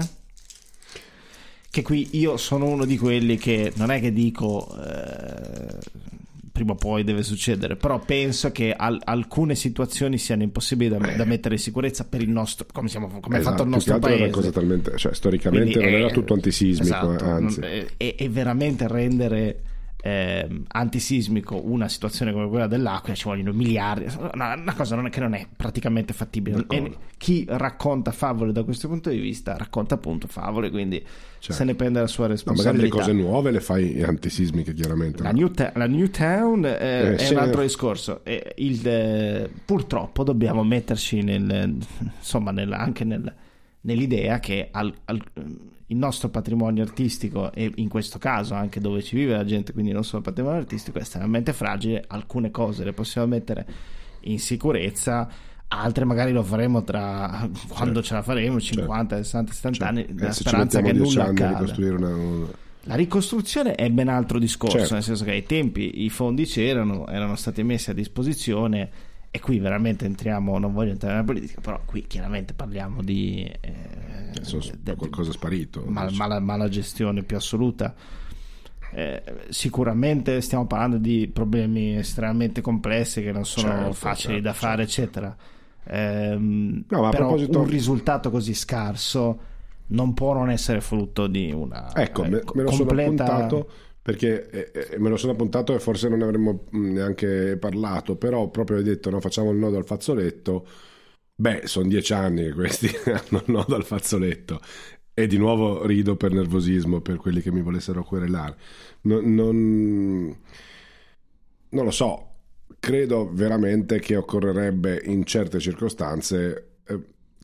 che qui io sono uno di quelli che non è che dico eh, prima o poi deve succedere, però penso che al, alcune situazioni siano impossibili da, da mettere in sicurezza per il nostro, come, siamo, come esatto, è fatto il nostro paese. È una cosa talmente, cioè, storicamente quindi non è, era tutto antisismico, esatto, eh, anzi è, è veramente rendere Eh, antisismico una situazione come quella dell'Aquila ci vogliono miliardi, una, una cosa non è, che non è praticamente fattibile. E chi racconta favole da questo punto di vista racconta appunto favole, quindi certo. se ne prende la sua responsabilità. Ma magari le cose nuove le fai antisismiche, chiaramente. La, no? New, ta- la New Town eh, eh, è un altro ne... discorso. Eh, il, eh, purtroppo dobbiamo metterci nel, insomma nel, anche nel, nell'idea che al, al il nostro patrimonio artistico, e in questo caso anche dove ci vive la gente, quindi non solo il patrimonio artistico, è estremamente fragile. Alcune cose le possiamo mettere in sicurezza, altre magari lo faremo tra quando certo. ce la faremo cinquanta, sessanta, settanta certo. anni, la eh, speranza che nulla accada. Una, una... La ricostruzione è ben altro discorso, certo. nel senso che ai tempi i fondi c'erano, erano stati messi a disposizione. E qui veramente entriamo, non voglio entrare nella politica, però qui chiaramente parliamo di eh, so, de, qualcosa sparito, mal, mala, mala gestione più assoluta. Eh, sicuramente stiamo parlando di problemi estremamente complessi che non sono certo, facili certo, da fare, certo. eccetera. Eh, no, ma però proposito... un risultato così scarso non può non essere frutto di una ecco, eh, me, me lo completa... sono appuntato perché eh, me lo sono appuntato e forse non ne avremmo neanche parlato, però proprio hai detto no, facciamo il nodo al fazzoletto. Beh, sono dieci anni che questi hanno il nodo al fazzoletto e di nuovo rido per nervosismo per quelli che mi volessero querelare. Non, non, non lo so, credo veramente che occorrerebbe in certe circostanze eh,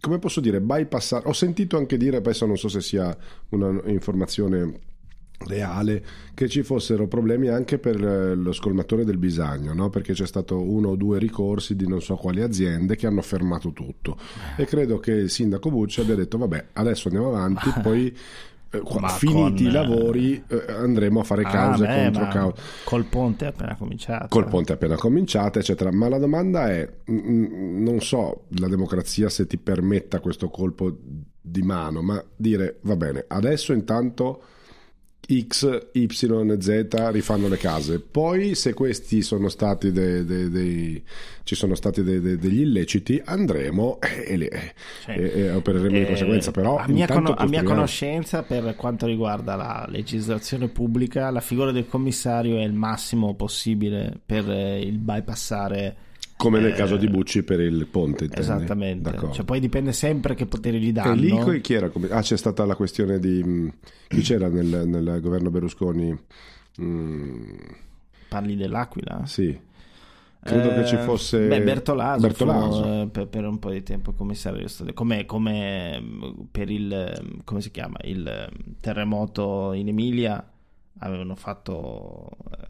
come posso dire, bypassare. Ho sentito anche dire, adesso non so se sia una informazione reale, che ci fossero problemi anche per lo scolmatore del Bisagno, no? Perché c'è stato uno o due ricorsi di non so quali aziende che hanno fermato tutto, e credo che il sindaco Bucci abbia detto vabbè, adesso andiamo avanti, poi eh, finiti con... i lavori eh, andremo a fare cause ah, beh, contro cause. Col ponte appena cominciato col ponte appena cominciato eccetera. Ma la domanda è, mh, non so la democrazia se ti permetta questo colpo di mano, ma dire va bene, adesso intanto X, Y, Z rifanno le case, poi se questi sono stati dei, dei, dei, ci sono stati dei, dei, degli illeciti andremo e, e, sì. e, e opereremo eh, di conseguenza. Però a mia, con- a mia conoscenza, per quanto riguarda la legislazione pubblica, la figura del commissario è il massimo possibile per il bypassare, come nel eh, caso di Bucci per il ponte, intendi? Esattamente. Cioè, poi dipende sempre che poteri gli danno. E lì chi era? Ah, c'è stata la questione di chi c'era nel, nel governo Berlusconi? Mm. Parli dell'Aquila? Sì. Credo eh, che ci fosse beh, Bertolaso, Bertolaso. Fu, per, per un po' di tempo commissario, come, come per il come si chiama il terremoto in Emilia avevano fatto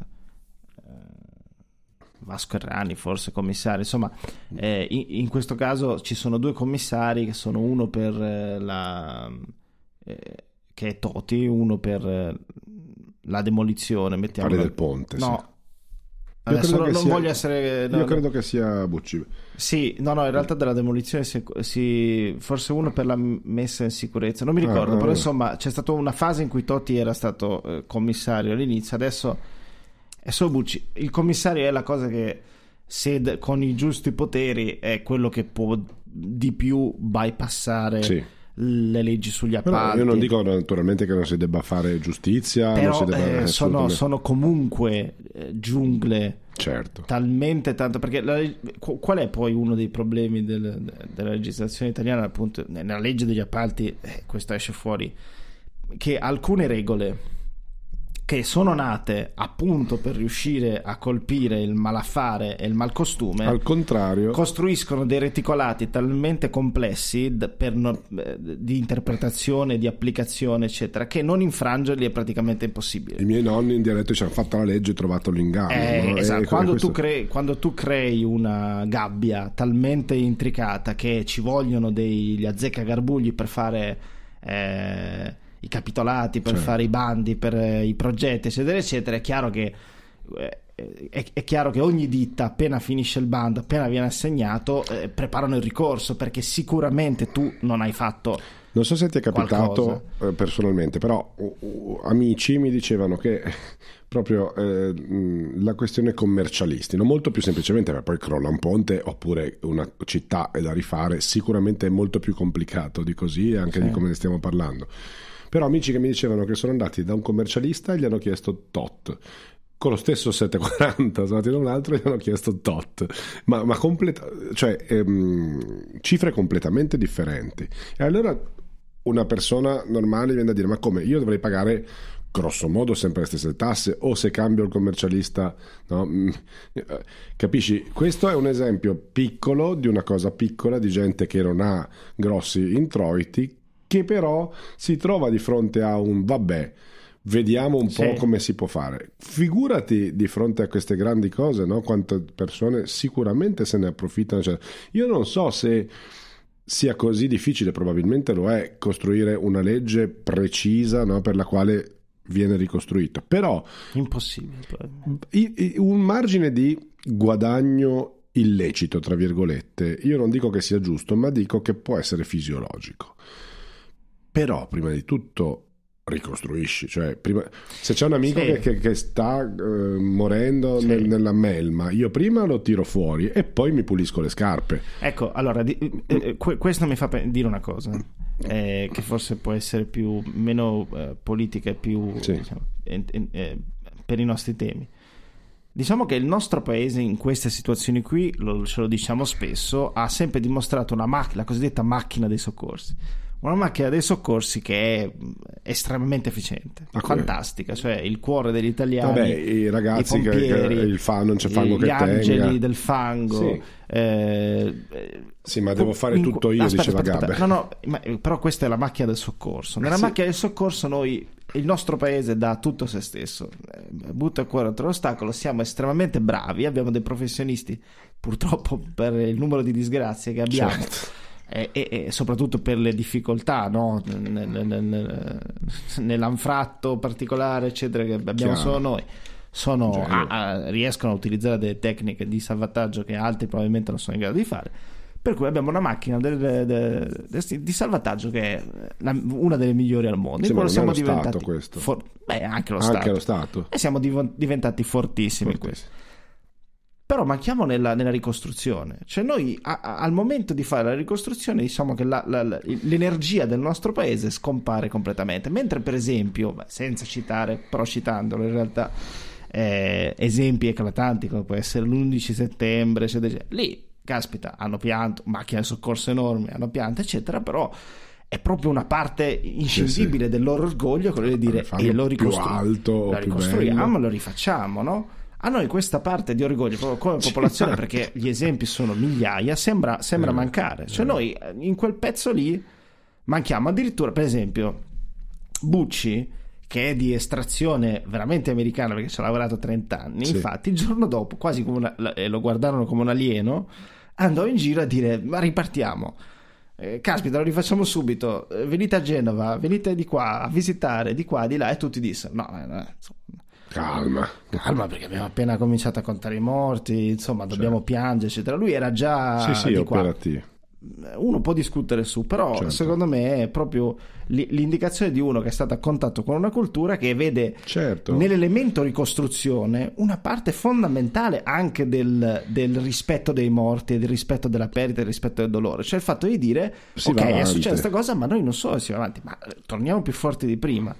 Vasco Errani forse commissario, insomma eh, in, in questo caso ci sono due commissari che sono uno per eh, la eh, che è Toti, uno per eh, la demolizione, mettiamo del ponte, no sì. Adesso non, non sia, voglio essere no, io credo che sia Bucci, sì, no no in realtà della demolizione si, si, forse uno per la messa in sicurezza, non mi ricordo, ah, però ah, insomma c'è stata una fase in cui Toti era stato eh, commissario all'inizio, adesso è solo Bucci. Il commissario è la cosa che, se con i giusti poteri, è quello che può di più bypassare sì. le leggi sugli appalti. Però io non dico naturalmente che non si debba fare giustizia, però non si debba eh, sono, sono comunque eh, giungle, certo, talmente tanto, perché la, qual è poi uno dei problemi del, della legislazione italiana, appunto nella legge degli appalti, eh, questo esce fuori, che alcune regole che sono nate appunto per riuscire a colpire il malaffare e il malcostume, al contrario costruiscono dei reticolati talmente complessi per no, di interpretazione, di applicazione eccetera, che non infrangerli è praticamente impossibile. I miei nonni in dialetto ci hanno fatto la legge e trovato l'inganno, eh, no? Esatto. E quando, questo... tu crei, quando tu crei una gabbia talmente intricata che ci vogliono degli azzeccagarbugli per fare eh, i capitolati, per certo. fare i bandi, per eh, i progetti eccetera eccetera, è chiaro che eh, è, è chiaro che ogni ditta appena finisce il bando, appena viene assegnato, eh, preparano il ricorso, perché sicuramente tu non hai fatto, non so se ti è capitato eh, personalmente, però uh, uh, amici mi dicevano che proprio eh, la questione commercialisti, non molto più semplicemente, perché poi crolla un ponte oppure una città è da rifare, sicuramente è molto più complicato di così, anche sì. di come ne stiamo parlando. Però amici che mi dicevano che sono andati da un commercialista e gli hanno chiesto tot, con lo stesso settecentoquaranta sono andati da un altro e gli hanno chiesto tot, ma, ma completa, cioè ehm, cifre completamente differenti. E allora una persona normale viene a dire: ma come, io dovrei pagare grosso modo sempre le stesse tasse, o se cambio il commercialista, no? Capisci? Questo è un esempio piccolo di una cosa piccola, di gente che non ha grossi introiti, che però si trova di fronte a un vabbè, vediamo un po' sì. come si può fare. Figurati di fronte a queste grandi cose, no? Quante persone sicuramente se ne approfittano. Cioè, io non so se sia così difficile, probabilmente lo è, costruire una legge precisa, no? Per la quale viene ricostruito, però impossibile, un margine di guadagno illecito, tra virgolette, io non dico che sia giusto, ma dico che può essere fisiologico. Però prima di tutto ricostruisci, cioè prima, se c'è un amico sì. che, che, che sta uh, morendo sì. nel, nella melma, io prima lo tiro fuori e poi mi pulisco le scarpe. Ecco, allora di, eh, questo mi fa dire una cosa eh, che forse può essere più meno eh, politica e più sì. diciamo, eh, eh, per i nostri temi. Diciamo che il nostro paese in queste situazioni qui, lo, ce lo diciamo spesso, ha sempre dimostrato una macchina, la cosiddetta macchina dei soccorsi. una macchina dei soccorsi che è estremamente efficiente, ah, fantastica, cioè il cuore degli italiani. Vabbè, i ragazzi, i pompieri, che, che il fango, non c'è fango gli che angeli tenga. del fango. Sì. Eh, sì, ma devo fare in... tutto io, aspetta, diceva aspetta, Gabbe. No, no, ma, però questa è la macchina del soccorso. Nella sì. macchina del soccorso noi, il nostro paese dà tutto se stesso, butta il cuore oltre l'ostacolo, siamo estremamente bravi, abbiamo dei professionisti, purtroppo per il numero di disgrazie che abbiamo. Certo. E, e, e soprattutto per le difficoltà, no? nel, nel, nel, nell'anfratto particolare eccetera che abbiamo Chiaro. Solo noi sono, a, a, riescono a utilizzare delle tecniche di salvataggio che altri probabilmente non sono in grado di fare, per cui abbiamo una macchina del, del, del, di salvataggio che è la, una delle migliori al mondo. Sì, in siamo diventati stato questo for, beh, anche lo anche stato. lo stato e siamo div- diventati fortissimi, fortissimi in questo. Però manchiamo nella, nella ricostruzione, cioè noi a, a, al momento di fare la ricostruzione diciamo che la, la, la, l'energia del nostro paese scompare completamente, mentre per esempio, senza citare, però citandolo in realtà, eh, esempi eclatanti come può essere l'undici settembre eccetera, lì caspita hanno pianto, macchine di soccorso enormi hanno pianto eccetera, però è proprio una parte inscindibile sì, sì. del loro orgoglio, quello di dire e lo, ricostru- alto, lo ricostruiamo, lo rifacciamo, no? A noi questa parte di orgoglio proprio come popolazione, perché gli esempi sono migliaia, sembra, sembra eh, mancare. Cioè eh. noi in quel pezzo lì manchiamo addirittura, per esempio, Bucci, che è di estrazione veramente americana perché ci ha lavorato trenta anni, sì. infatti il giorno dopo, quasi come una, lo guardarono come un alieno, andò in giro a dire ma ripartiamo. Eh, caspita, lo rifacciamo subito, eh, venite a Genova, venite di qua a visitare, di qua, di là, e tutti dissero no, eh, no calma calma perché abbiamo appena cominciato a contare i morti, insomma dobbiamo certo. piangere eccetera. Lui era già sì sì di operativo. Qua. Uno può discutere su, però certo. secondo me è proprio l'indicazione di uno che è stato a contatto con una cultura che vede certo. nell'elemento ricostruzione una parte fondamentale anche del, del rispetto dei morti, del rispetto della perdita, del rispetto del dolore, cioè il fatto di dire si ok è successa questa cosa ma noi non solo si va avanti, ma torniamo più forti di prima.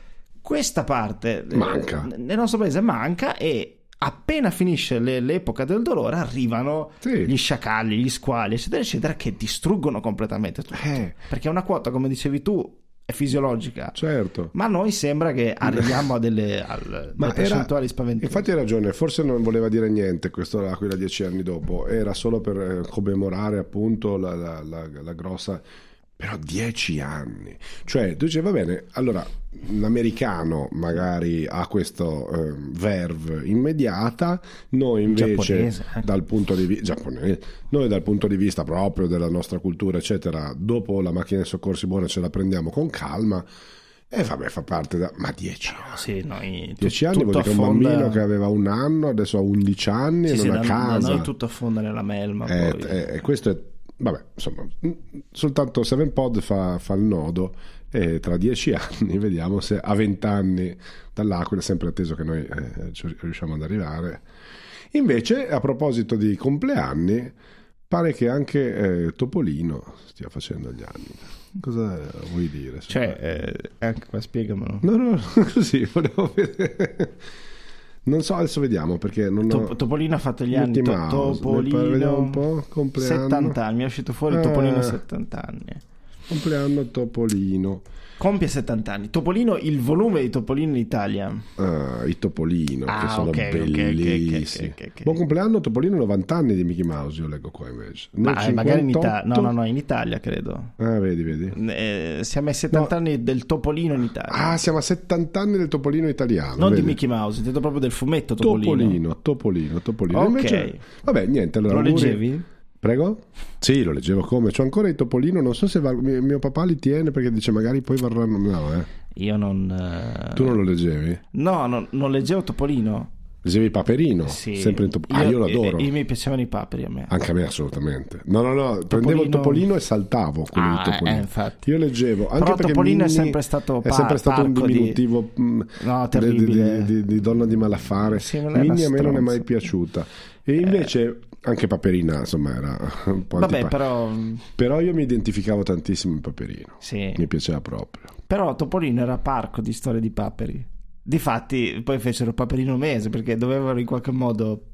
Questa parte manca. Eh, nel nostro paese manca, e appena finisce le, l'epoca del dolore arrivano sì. gli sciacalli, gli squali eccetera eccetera che distruggono completamente tutto, eh. perché una quota come dicevi tu è fisiologica, certo. ma a noi sembra che arriviamo a delle, al, ma delle percentuali spaventose. Infatti hai ragione, forse non voleva dire niente questo L'Aquila dieci anni dopo, era solo per commemorare appunto la, la, la, la grossa. Però dieci anni, cioè tu dici va bene, allora l'americano magari ha questo eh, verve immediata, noi invece eh. dal punto di vista giapponese, noi dal punto di vista proprio della nostra cultura eccetera, dopo la macchina dei soccorsi buona ce la prendiamo con calma. E vabbè, fa parte da... ma dieci anni. Sì, noi dieci anni vuol dire che un bambino che aveva un anno adesso ha undici anni sì, in sì, una da, casa. Da noi tutto affonda nella melma. E poi. eh, eh, questo è vabbè, insomma, soltanto Seven Pod fa, fa il nodo, e tra dieci anni vediamo se a vent'anni dall'Aquila, sempre atteso che noi eh, riusciamo ad arrivare. Invece, a proposito di compleanni, pare che anche eh, Topolino stia facendo gli anni. Cosa vuoi dire? Cioè, eh, anche qua spiegamelo. No, no, così volevo vedere. Non so, adesso vediamo perché non ho... Top, Topolino ha fatto gli anni. To, Topolino vediamo un po'. Compleanno settanta anni, mi è uscito fuori eh, Topolino settanta anni. Compleanno Topolino. Compie settanta anni. Topolino, il volume di Topolino in Italia. Ah, i Topolino ah, che sono okay, bellissimi. Okay, okay, okay, okay. Buon compleanno Topolino, novanta anni di Mickey Mouse, io leggo qua invece. Ma cinquantotto... magari in Italia. No, no, no, in Italia credo. Ah, vedi, vedi. Eh, siamo ai settanta no. anni del Topolino in Italia. Ah, siamo a settanta anni del Topolino italiano. Non vedi? Di Mickey Mouse, intendo proprio del fumetto Topolino. Topolino, Topolino, Topolino. Ok. Invece... Vabbè, niente, allora... Lo auguri... leggevi? Prego? Sì, lo leggevo come. C'ho ancora i Topolino, non so se va... mio, mio papà li tiene perché dice magari poi varranno... No, eh. Io non... Uh... Tu non lo leggevi? No, no, non leggevo Topolino. Leggevi Paperino? Sì. Sempre in top... Ah, io, io lo adoro. Io, io mi piacevano i paperi a me. Anche a me assolutamente. No, no, no, Topolino... prendevo il Topolino e saltavo quello ah, di Topolino. Eh, infatti. Io leggevo, anche però perché Topolino Minnie è sempre stato, pa- è sempre stato un diminutivo di... mh, no, di, terribile. di, di, di donna di malaffare. Sì, Minnie a me non è mai piaciuta. E invece eh... anche Paperina, insomma, era un po' vabbè, antipa- però però io mi identificavo tantissimo in Paperino. Sì. Mi piaceva proprio. Però Topolino era parco di storie di paperi. Difatti poi fecero Paperino Mese perché dovevano in qualche modo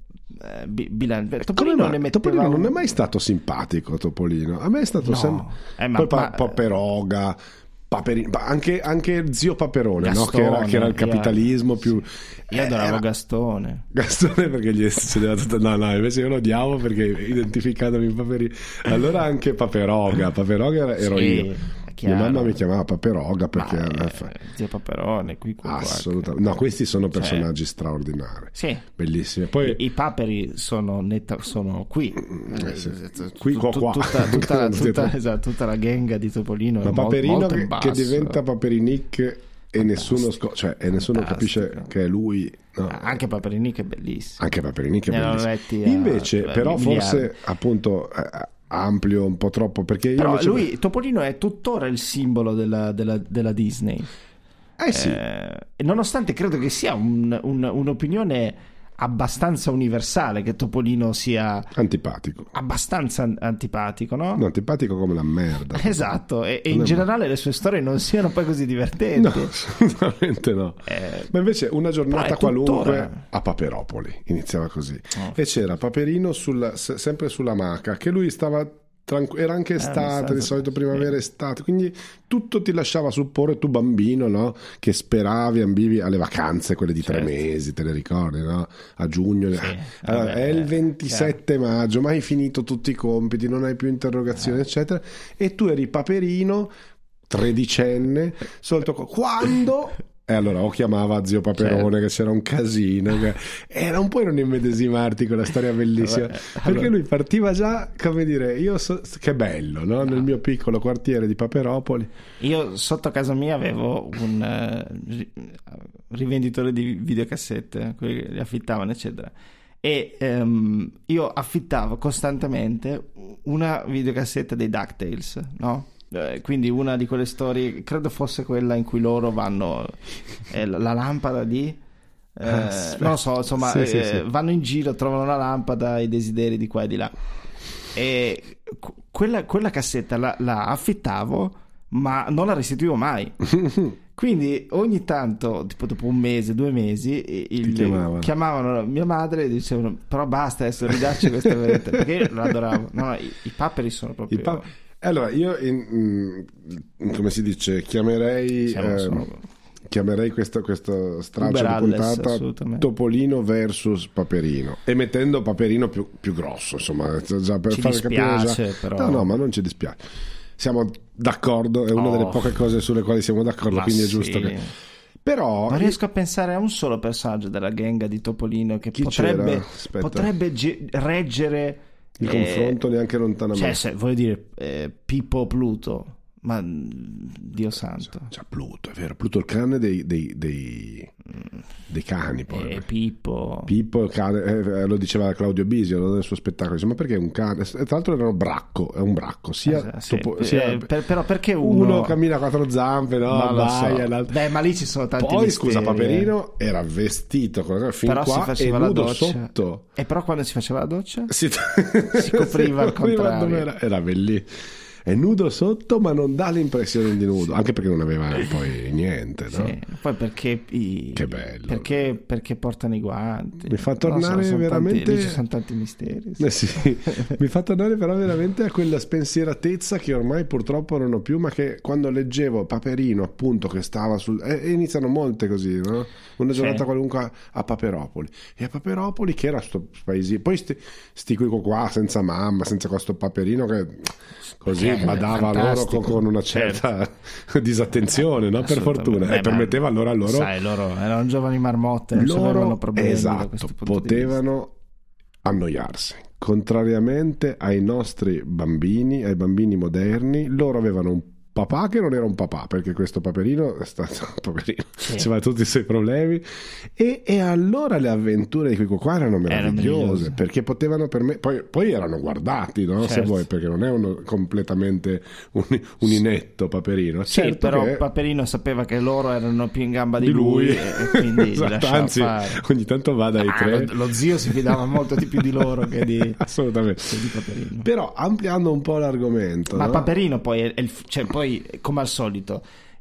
eh, bilanciato. Topolino ma, ne metteva Topolino non un... è mai stato simpatico, Topolino. A me è stato no. sempre eh, ma, poi pa- ma... Paperoga, Paperino, anche, anche zio Paperone, Gastone, no? che, era, che era il capitalismo io, più io adoravo era... Gastone Gastone perché gli succedeva tutto. No, no, invece io lo odiavo perché identificandomi in Paperino. Allora anche Paperoga, Paperoga ero sì, io. Mia mamma mi chiamava Paperoga perché ma, eh, zio Paperone qui, qui assolutamente. No, questi sono personaggi cioè, straordinari, sì. bellissimi. Poi I, i paperi sono netta, sono qui, eh, sì. qui qua, qua. Tutta, tutta, la, tutta, esatto, tutta la gang di Topolino. Ma è Paperino molto che, basso, che diventa Paperinic e nessuno, sco- cioè, e nessuno capisce che è lui. No. Anche Paperini che è bellissimo. Anche Paperini che è ne bellissimo. Invece, a, però, miliardi. Forse appunto eh, ampio un po' troppo. Perché io però invece... lui, Topolino, è tuttora il simbolo della, della, della Disney. Eh sì. Eh, nonostante credo che sia un, un, un'opinione abbastanza universale che Topolino sia antipatico, abbastanza antipatico, no? No, antipatico come la merda. Esatto, e, e in generale le sue storie non siano poi così divertenti. No, assolutamente no. Eh, Ma invece una giornata qualunque tuttora... a Paperopoli iniziava così oh. e c'era Paperino sulla, sempre sulla maca che lui stava tranqu- era anche estate, eh, di solito primavera e estate, quindi tutto ti lasciava supporre, tu bambino, no? Che speravi, ambivi alle vacanze, quelle di certo. tre mesi, te le ricordi, no? A giugno, sì, allora, vabbè, è il ventisette chiaro. Maggio, ma hai finito tutti i compiti, non hai più interrogazioni, eh. eccetera, e tu eri Paperino, tredicenne, solito quando... E allora o chiamava zio Paperone, certo. che c'era un casino, che era un po' non immedesimarti con la storia bellissima, allora, perché lui partiva già, come dire, io so, che bello, no? Nel mio piccolo quartiere di Paperopoli. Io sotto casa mia avevo un uh, rivenditore di videocassette, quelli che li affittavano eccetera, e um, io affittavo costantemente una videocassetta dei DuckTales, no? Quindi una di quelle storie, credo fosse quella in cui loro vanno eh, la lampada di eh, non lo so, insomma, sì, eh, sì, sì. vanno in giro, trovano la lampada, i desideri di qua e di là, e quella, quella cassetta la, la affittavo ma non la restituivo mai. Quindi ogni tanto, tipo dopo un mese, due mesi, il, chiamavano. chiamavano mia madre e dicevano però basta adesso, ridacci questa veretta, perché io l'adoravo. No, i, i paperi sono proprio... Pa- allora io, in, in, come si dice, chiamerei... Eh, chiamerei questo, questo straccio di puntata Topolino versus Paperino, e mettendo Paperino più, più grosso, insomma, già per ci far dispiace, capire già... però... no no ma non ci dispiace, siamo d'accordo, è una oh. delle poche cose sulle quali siamo d'accordo, ma quindi sì. è giusto che... Però non riesco a pensare a un solo personaggio della gang di Topolino che potrebbe, potrebbe ge- reggere il eh, confronto neanche lontanamente, cioè se, voglio dire eh, Pippo Pluto, ma Dio santo, cioè, Pluto, è vero, Pluto il cane dei, dei, dei, dei cani poi. Eh, Pippo Pippo il cane, eh, lo diceva Claudio Bisio, no, nel suo spettacolo, dice, ma perché un cane, tra l'altro era un bracco, è un bracco sia, eh, sì. topo, sia eh, per, però perché uno... uno cammina a quattro zampe, no, baia, so. Beh, ma lì ci sono tanti poi misteri, scusa, Paperino eh. era vestito fin però qua si faceva e la nudo doccia. Sotto, e però quando si faceva la doccia si, si copriva al contrario, era, era bellissimo. È nudo sotto, ma non dà l'impressione di nudo, anche perché non aveva poi niente, no? Sì, poi perché i... che bello, perché, perché portano i guanti, mi fa tornare so, veramente tanti, lì ci sono tanti misteri, sì. Eh sì, mi fa tornare però veramente a quella spensieratezza che ormai purtroppo non ho più, ma che quando leggevo Paperino appunto che stava sul e iniziano molte così, no? Una giornata sì. qualunque a Paperopoli, e a Paperopoli che era sto paesino, poi sti, sti qui qua senza mamma, senza questo Paperino che così eh, badava loro con, con una certa certo. disattenzione, no? Per fortuna, eh, e permetteva allora a loro, sai, loro erano giovani marmotte, non avevano problemi, esatto, potevano annoiarsi, contrariamente ai nostri bambini, ai bambini moderni. Loro avevano un papà che non era un papà, perché questo Paperino è stato Paperino, sì. aveva tutti i suoi problemi, e, e allora le avventure di quei qua erano meravigliose, era perché potevano per me poi, poi erano guardati, no? Certo. Se vuoi, perché non è uno completamente un, un inetto Paperino, sì, certo, però che... Paperino sapeva che loro erano più in gamba di, di lui, lui e quindi esatto, anzi fare. ogni tanto va dai ah, tre lo, lo zio si fidava molto di più di loro che di, assolutamente che di Paperino. Però ampliando un po' l'argomento, ma no? Paperino poi è, è il, cioè poi come al solito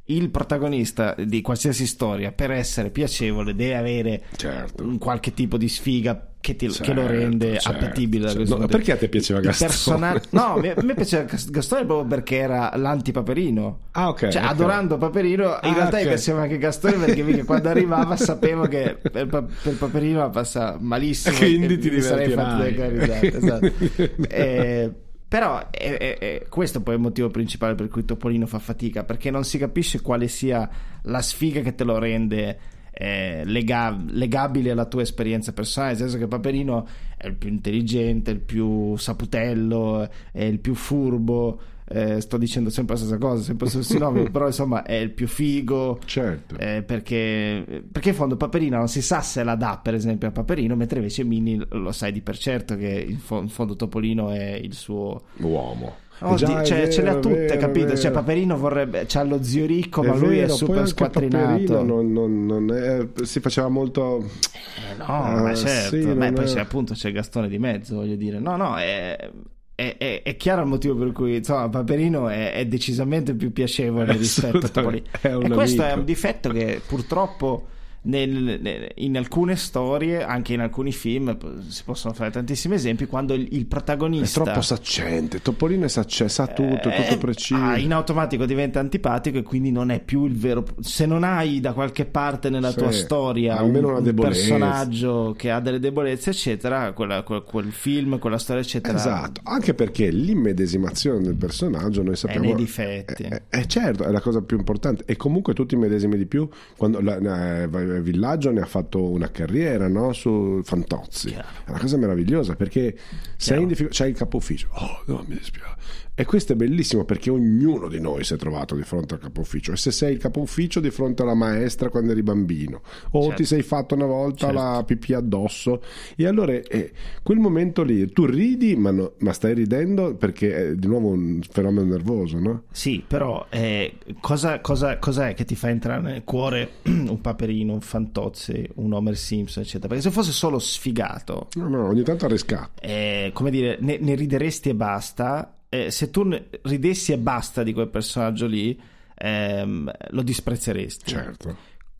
il protagonista di qualsiasi storia, per essere piacevole, deve avere certo. un qualche tipo di sfiga che, ti, certo, che lo rende certo, appetibile da certo. questo No, perché a te piaceva Gastone? Persona... no, a me piaceva Gastone proprio perché era l'anti-Paperino. Ah, ok. Cioè, okay. adorando Paperino, in ah, realtà okay. mi piaceva anche Gastone perché mica quando arrivava sapevo che per, per Paperino la passa malissimo, quindi e ti mi sarei fatto divertirai. delle carisate, esatto. e... Però è, è, è, questo poi è il motivo principale per cui Topolino fa fatica, perché non si capisce quale sia la sfiga che te lo rende eh, lega- legabile alla tua esperienza personale, nel senso che Paperino è il più intelligente, il più saputello, è il più furbo. Eh, sto dicendo sempre la stessa cosa, sempre lo stesso nome, però insomma è il più figo, certo. eh, perché, perché in fondo Paperino non si sa se la dà per esempio a Paperino, mentre invece Minnie lo sai di per certo che in, fo- in fondo Topolino è il suo uomo. Oh, Già, cioè, vero, ce le ha tutte, vero, capito? vero. Cioè Paperino vorrebbe, c'ha lo zio ricco, è ma lui vero, è super squattrinato. Non, non, non è, si faceva molto eh, no, uh, ma certo, sì, beh, poi è... c'è appunto c'è Gastone di mezzo, voglio dire. No, no, è È, è, è chiaro il motivo per cui insomma Paperino è, è decisamente più piacevole rispetto a Topolino, e questo amico. È un difetto che purtroppo nel, nel, in alcune storie, anche in alcuni film, si possono fare tantissimi esempi, quando il, il protagonista è troppo saccente. Topolino è saccente, sa tutto, è tutto eh, preciso, ah, in automatico diventa antipatico e quindi non è più il vero. Se non hai da qualche parte nella sì, tua storia almeno un, una un debolezza, personaggio che ha delle debolezze eccetera, quella, quel, quel film, quella storia eccetera, esatto, anche perché l'immedesimazione del personaggio noi sappiamo è nei difetti, è, è, è certo, è la cosa più importante, e comunque tutti medesimi di più quando la, eh, Villaggio ne ha fatto una carriera, no? Su Fantozzi, chiaro. È una cosa meravigliosa perché sei in difficoltà, c'hai il capo ufficio, oh no mi dispiace, e questo è bellissimo perché ognuno di noi si è trovato di fronte al capo ufficio, e se sei il capo ufficio di fronte alla maestra quando eri bambino, o certo. ti sei fatto una volta certo. la pipì addosso, e allora eh, quel momento lì tu ridi ma, no, ma stai ridendo perché è di nuovo un fenomeno nervoso, no? Sì, però eh, cosa, cosa, cos'è che ti fa entrare nel cuore un Paperino, un Fantozzi, un Homer Simpson eccetera? Perché se fosse solo sfigato, no no ogni tanto arriscato, eh, come dire, ne, ne rideresti e basta. Eh, se tu ridessi e basta di quel personaggio lì, ehm, lo disprezzeresti. certo.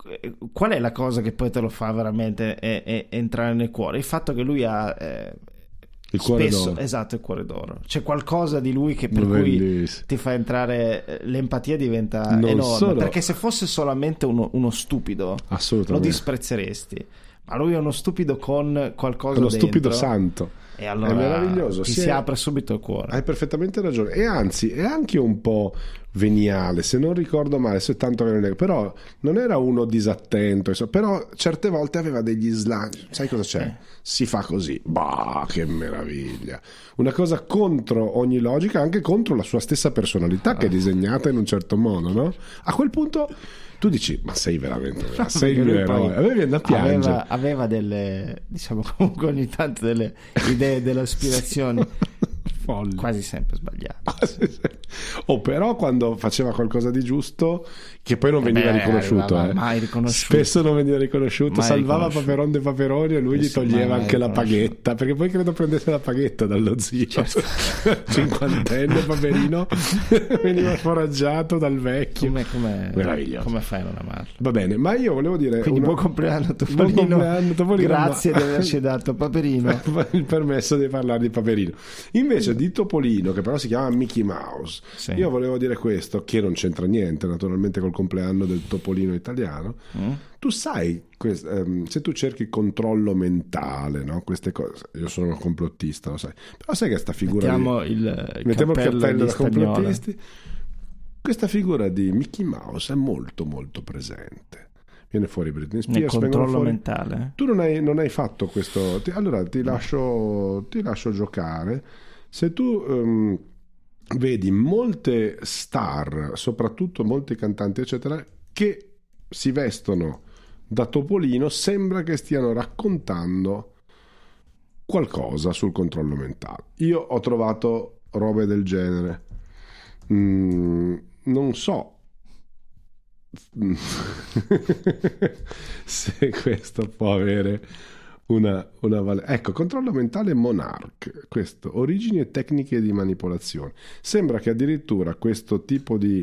Qual è la cosa che poi te lo fa veramente eh, eh, entrare nel cuore? Il fatto che lui ha eh, il cuore spesso, d'oro, esatto, il cuore d'oro. C'è qualcosa di lui che per bellissimo. Cui ti fa entrare, l'empatia diventa Non enorme, solo... perché se fosse solamente uno, uno stupido lo disprezzeresti, ma lui è uno stupido con qualcosa uno dentro, stupido santo, e allora è meraviglioso, ti si, si è... apre subito il cuore. Hai perfettamente ragione, e anzi è anche un po' veniale, se non ricordo male, se tanto che non è, però non era uno disattento, però certe volte aveva degli slanci, sai cosa c'è? Eh. Si fa così, bah, che meraviglia, una cosa contro ogni logica, anche contro la sua stessa personalità, che è disegnata in un certo modo, no? A quel punto tu dici, ma sei veramente No, sei il mio eroe, a me viene da piangere. Aveva, aveva delle, diciamo, comunque ogni tanto delle idee, delle aspirazioni Folli. quasi sempre sbagliate. O però quando faceva qualcosa di giusto, che poi non Eh veniva beh, riconosciuto, eh. mai riconosciuto. Spesso non veniva riconosciuto, Mai salvava riconosciuto. Paperon de Paperoni e lui gli Adesso toglieva mai anche la riconosciuto. paghetta, perché poi credo prendesse la paghetta dallo zio. Certo. Cinquantenne Paperino veniva foraggiato dal vecchio. Come, come, Meraviglioso. come fai a non amarlo? Va bene, ma io volevo dire Quindi una... buon compleanno Buon Topolino, compleanno, Topolino, grazie ma- di averci dato Paperino. il permesso di parlare di Paperino. Invece di Topolino, che però si chiama Mickey Mouse, Sì. io volevo dire questo, che non c'entra niente naturalmente col compleanno del Topolino italiano. Mm? Tu sai, quest- ehm, se tu cerchi controllo mentale, no? Queste cose, io sono un complottista, lo sai, però sai che sta figura Mettiamo di... il, il mettiamo il cappello cappello di da Stagnola. complottisti. Questa figura di Mickey Mouse è molto molto presente. Viene fuori Britney Nel Spears, vengono controllo fuori... mentale. Tu non hai, non hai fatto questo, ti- allora ti lascio, ti lascio giocare. Se tu ehm, vedi molte star, soprattutto molti cantanti eccetera, che si vestono da Topolino, sembra che stiano raccontando qualcosa sul controllo mentale. Io ho trovato robe del genere. Mm, non so se questo può avere una, una val- ecco, controllo mentale Monarch, questo, origini e tecniche di manipolazione. Sembra che addirittura questo tipo di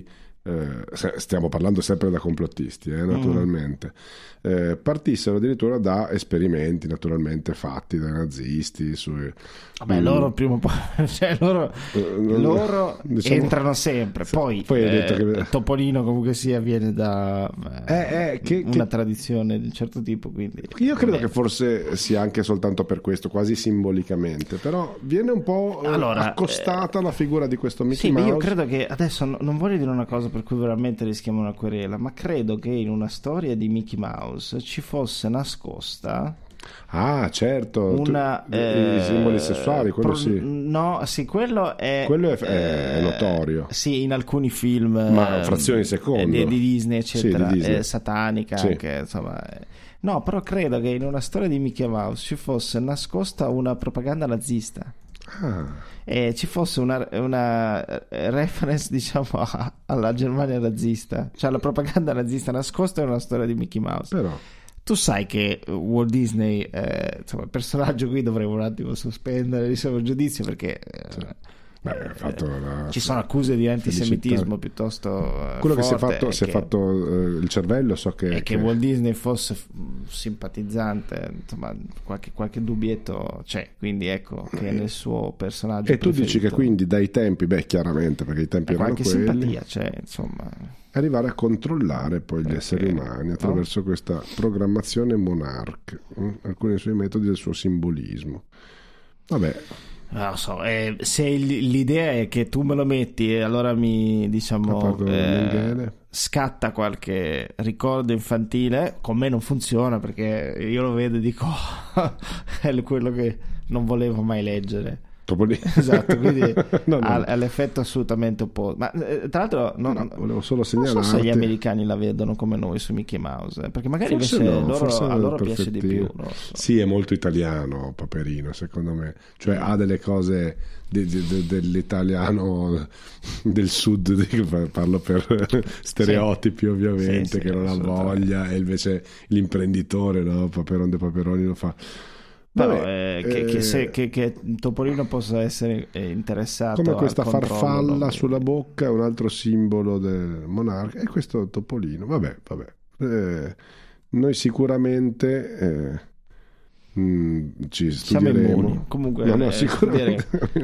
eh, stiamo parlando sempre da complottisti, eh, naturalmente, mm. eh, partissero addirittura da esperimenti naturalmente fatti dai nazisti sui, vabbè, mm, loro prima o poi cioè loro, eh, loro diciamo, entrano sempre, sì, poi, poi eh, detto che... Topolino comunque sia viene da eh, eh, che, una che... tradizione di un certo tipo, quindi io credo eh. che forse sia anche soltanto per questo, quasi simbolicamente, però viene un po' allora, accostata eh, la figura di questo Mickey sì, Mouse. Io credo che adesso non voglio dire una cosa per cui veramente rischiamo una querela, ma credo che in una storia di Mickey Mouse ci fosse nascosta ah certo una, tu, eh, i simboli sessuali, quello pro, sì no sì quello è quello è, è, è notorio, sì, in alcuni film, ma frazioni di secondo di, di Disney eccetera, sì, di Disney. Eh, satanica sì. Anche insomma, no, però credo che in una storia di Mickey Mouse ci fosse nascosta una propaganda nazista. Ah. E ci fosse una, una reference, diciamo, alla Germania nazista, cioè la propaganda nazista nascosta in una storia di Mickey Mouse. Però tu sai che Walt Disney, eh, insomma, il personaggio qui dovremmo un attimo sospendere diciamo, il giudizio, perché sì. Beh, eh, fatto la ci sono accuse di antisemitismo felicità. Piuttosto eh, quello che si è forte, fatto, si è che, fatto eh, il cervello, so che, e che che Walt Disney fosse f- simpatizzante, insomma qualche, qualche dubbietto c'è, quindi ecco che nel suo personaggio e tu preferito, dici che quindi dai tempi, beh chiaramente perché i tempi erano qualche quelli, simpatia c'è, insomma, arrivare a controllare poi perché, gli esseri umani attraverso no? questa programmazione Monarch, hm? alcuni dei suoi metodi del suo simbolismo. Vabbè, non lo so, eh, se l'idea è che tu me lo metti e allora mi diciamo eh, scatta qualche ricordo infantile, con me non funziona perché io lo vedo e dico è quello che non volevo mai leggere. Esatto, quindi no, no. Ha, ha l'effetto assolutamente opposto. Ma eh, tra l'altro non, no, volevo solo segnalarti, non so se gli americani la vedono come noi su Mickey Mouse, eh, perché magari forse invece no, loro, forse a loro piace di più, non so. Sì, è molto italiano Paperino secondo me, cioè mm. ha delle cose de, de, de, dell'italiano del sud, parlo per stereotipi sì. ovviamente, sì, sì, che non ha voglia, e invece l'imprenditore, no? Paperon de Paperoni lo fa. Però eh, che, eh, che, se, che, che Topolino possa essere interessato come questa al farfalla non... sulla bocca è un altro simbolo del monarca, e questo Topolino, vabbè, vabbè. Eh, noi sicuramente eh, mh, ci studieremo, comunque no, no, eh, sicuramente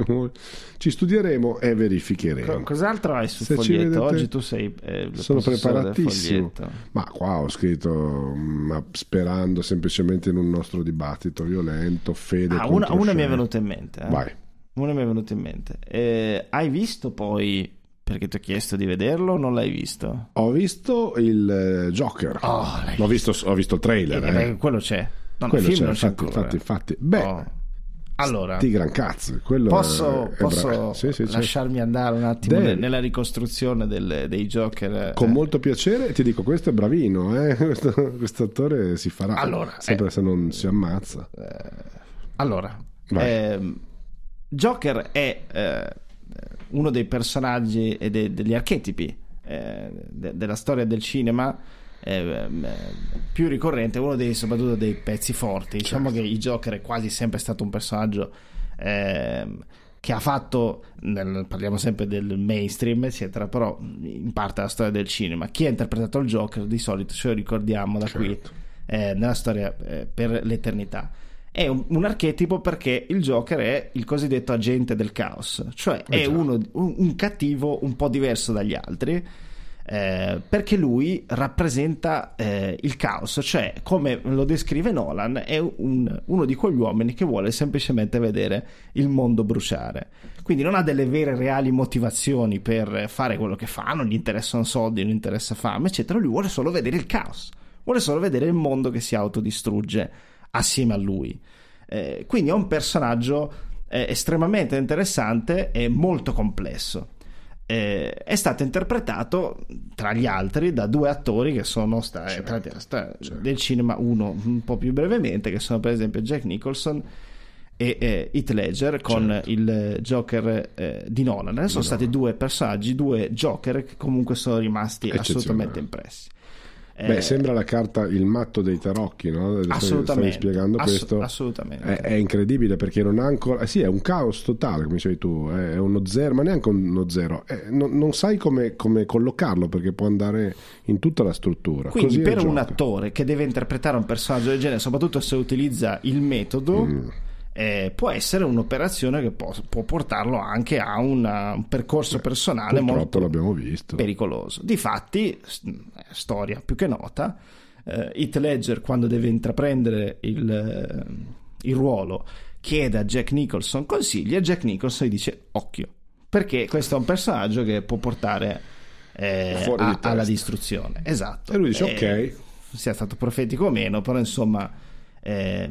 ci studieremo e verificheremo. Co- cos'altro hai sul se foglietto? Vedete, oggi tu sei eh, sono preparatissimo, ma qua ho scritto ma sperando semplicemente in un nostro dibattito violento, fede ah, una, una mi è venuta in mente eh? vai una mi è venuta in mente eh, hai visto poi, perché ti ho chiesto di vederlo, non l'hai visto? Ho visto il Joker, oh, l'ho visto, ho visto il trailer eh, eh. quello c'è, no, quello il film c'è, non c'è infatti, ancora, infatti, infatti beh oh. Allora, ti gran cazzo, quello posso, è, è posso sì, sì, lasciarmi certo. andare un attimo ne, nella ricostruzione del, dei Joker? Con eh. molto piacere, ti dico, questo è bravino, eh? questo, questo attore si farà, allora, sempre eh, se non si ammazza. Eh, allora, eh, Joker è eh, uno dei personaggi e de, degli archetipi eh, de, della storia del cinema Eh, più ricorrente, uno dei soprattutto dei pezzi forti. Diciamo certo. che il Joker è quasi sempre stato un personaggio eh, che ha fatto nel, parliamo sempre del mainstream eccetera, però in parte la storia del cinema. Chi ha interpretato il Joker di solito ce lo ricordiamo da certo. qui eh, nella storia eh, per l'eternità. È un, un archetipo perché il Joker è il cosiddetto agente del caos, cioè eh è uno, un, un cattivo un po' diverso dagli altri. Eh, perché lui rappresenta eh, il caos, cioè come lo descrive Nolan è un, uno di quegli uomini che vuole semplicemente vedere il mondo bruciare, quindi non ha delle vere reali motivazioni per fare quello che fa, non gli interessano soldi, non gli interessa fame eccetera, lui vuole solo vedere il caos, vuole solo vedere il mondo che si autodistrugge assieme a lui, eh, quindi è un personaggio eh, estremamente interessante e molto complesso. Eh, è stato interpretato tra gli altri da due attori che sono sta, certo, tra, sta, certo. del cinema, uno un po' più brevemente, che sono per esempio Jack Nicholson e eh, Heath Ledger con certo. il Joker eh, di Nolan. Sono no. stati due personaggi, due Joker che comunque sono rimasti assolutamente impressi. Beh, eh, sembra la carta Il matto dei tarocchi, no? Assolutamente. Stavi spiegando Ass- questo. Assolutamente. È, è incredibile perché non ha ancora. Eh sì, è un caos totale, come dicevi tu. È uno zero, ma neanche uno zero. È, non, non sai come, come collocarlo perché può andare in tutta la struttura. Quindi, Così per un gioca. attore che deve interpretare un personaggio del genere, soprattutto se utilizza il metodo. Mm. Eh, può essere un'operazione che può, può portarlo anche a una, un percorso personale Purtroppo molto l'abbiamo visto. pericoloso. Difatti, storia più che nota, eh, Heath Ledger, quando deve intraprendere il, il ruolo, chiede a Jack Nicholson consigli e Jack Nicholson gli dice occhio, perché questo è un personaggio che può portare eh, a, di alla distruzione. Esatto. E lui dice eh, ok, sia stato profetico o meno, però insomma eh,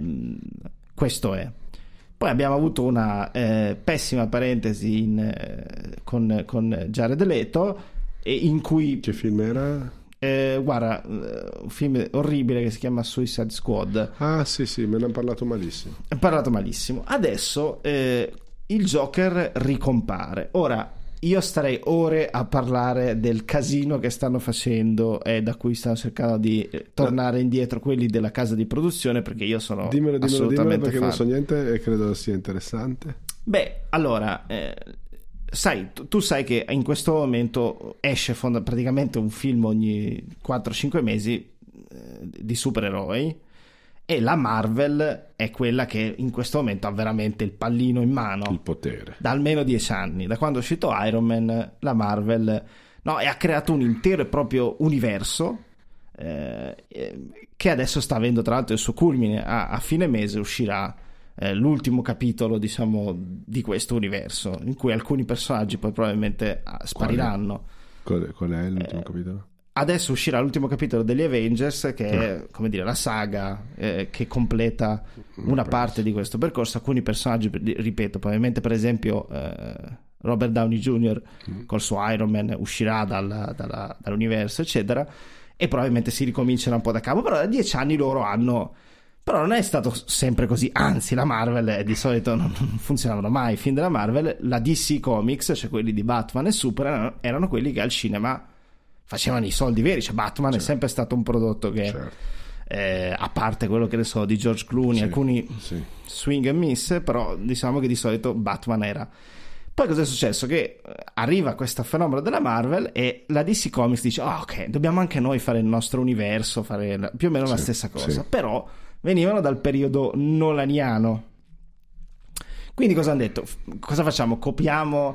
questo è. Poi abbiamo avuto una eh, pessima parentesi in, eh, con, con Jared Leto, e in cui... Che film era? Eh, guarda, un film orribile che si chiama Suicide Squad. Ah sì sì, me ne hanno parlato malissimo. Ho parlato malissimo. Adesso eh, il Joker ricompare. Ora, io starei ore a parlare del casino che stanno facendo e da cui stanno cercando di tornare indietro quelli della casa di produzione, perché io sono dimmelo, dimmelo, assolutamente dimmelo perché fan. non so niente e credo sia interessante. Beh, allora, eh, sai, tu, tu sai che in questo momento esce fonda- praticamente un film ogni quattro cinque mesi eh, di supereroi, e la Marvel è quella che in questo momento ha veramente il pallino in mano, il potere, da almeno dieci anni, da quando è uscito Iron Man. La Marvel no, ha creato un intero e proprio universo eh, che adesso sta avendo tra l'altro il suo culmine. A, a fine mese uscirà eh, l'ultimo capitolo, diciamo, di questo universo, in cui alcuni personaggi poi probabilmente ah, spariranno. Qual è, qual è l'ultimo eh, capitolo? Adesso uscirà l'ultimo capitolo degli Avengers, che è, no. come dire, la saga eh, che completa una parte di questo percorso. Alcuni personaggi, ripeto, probabilmente per esempio eh, Robert Downey junior mm. col suo Iron Man uscirà dalla, dalla, dall'universo, eccetera, e probabilmente si ricomincerà un po' da capo. Però da dieci anni loro hanno... Però non è stato sempre così, anzi la Marvel eh, di solito non, non funzionavano mai i film della Marvel. La D C Comics, cioè quelli di Batman e Superman, erano, erano quelli che al cinema facevano i soldi veri. Cioè Batman certo. è sempre stato un prodotto che certo. eh, a parte quello che ne so di George Clooney, sì, alcuni sì. swing and miss, però diciamo che di solito Batman era. Poi cosa è successo? Che arriva questo fenomeno della Marvel e la D C Comics dice oh, ok, dobbiamo anche noi fare il nostro universo, fare più o meno sì, la stessa cosa, sì. Però venivano dal periodo nolaniano, quindi cosa hanno detto? Cosa facciamo? Copiamo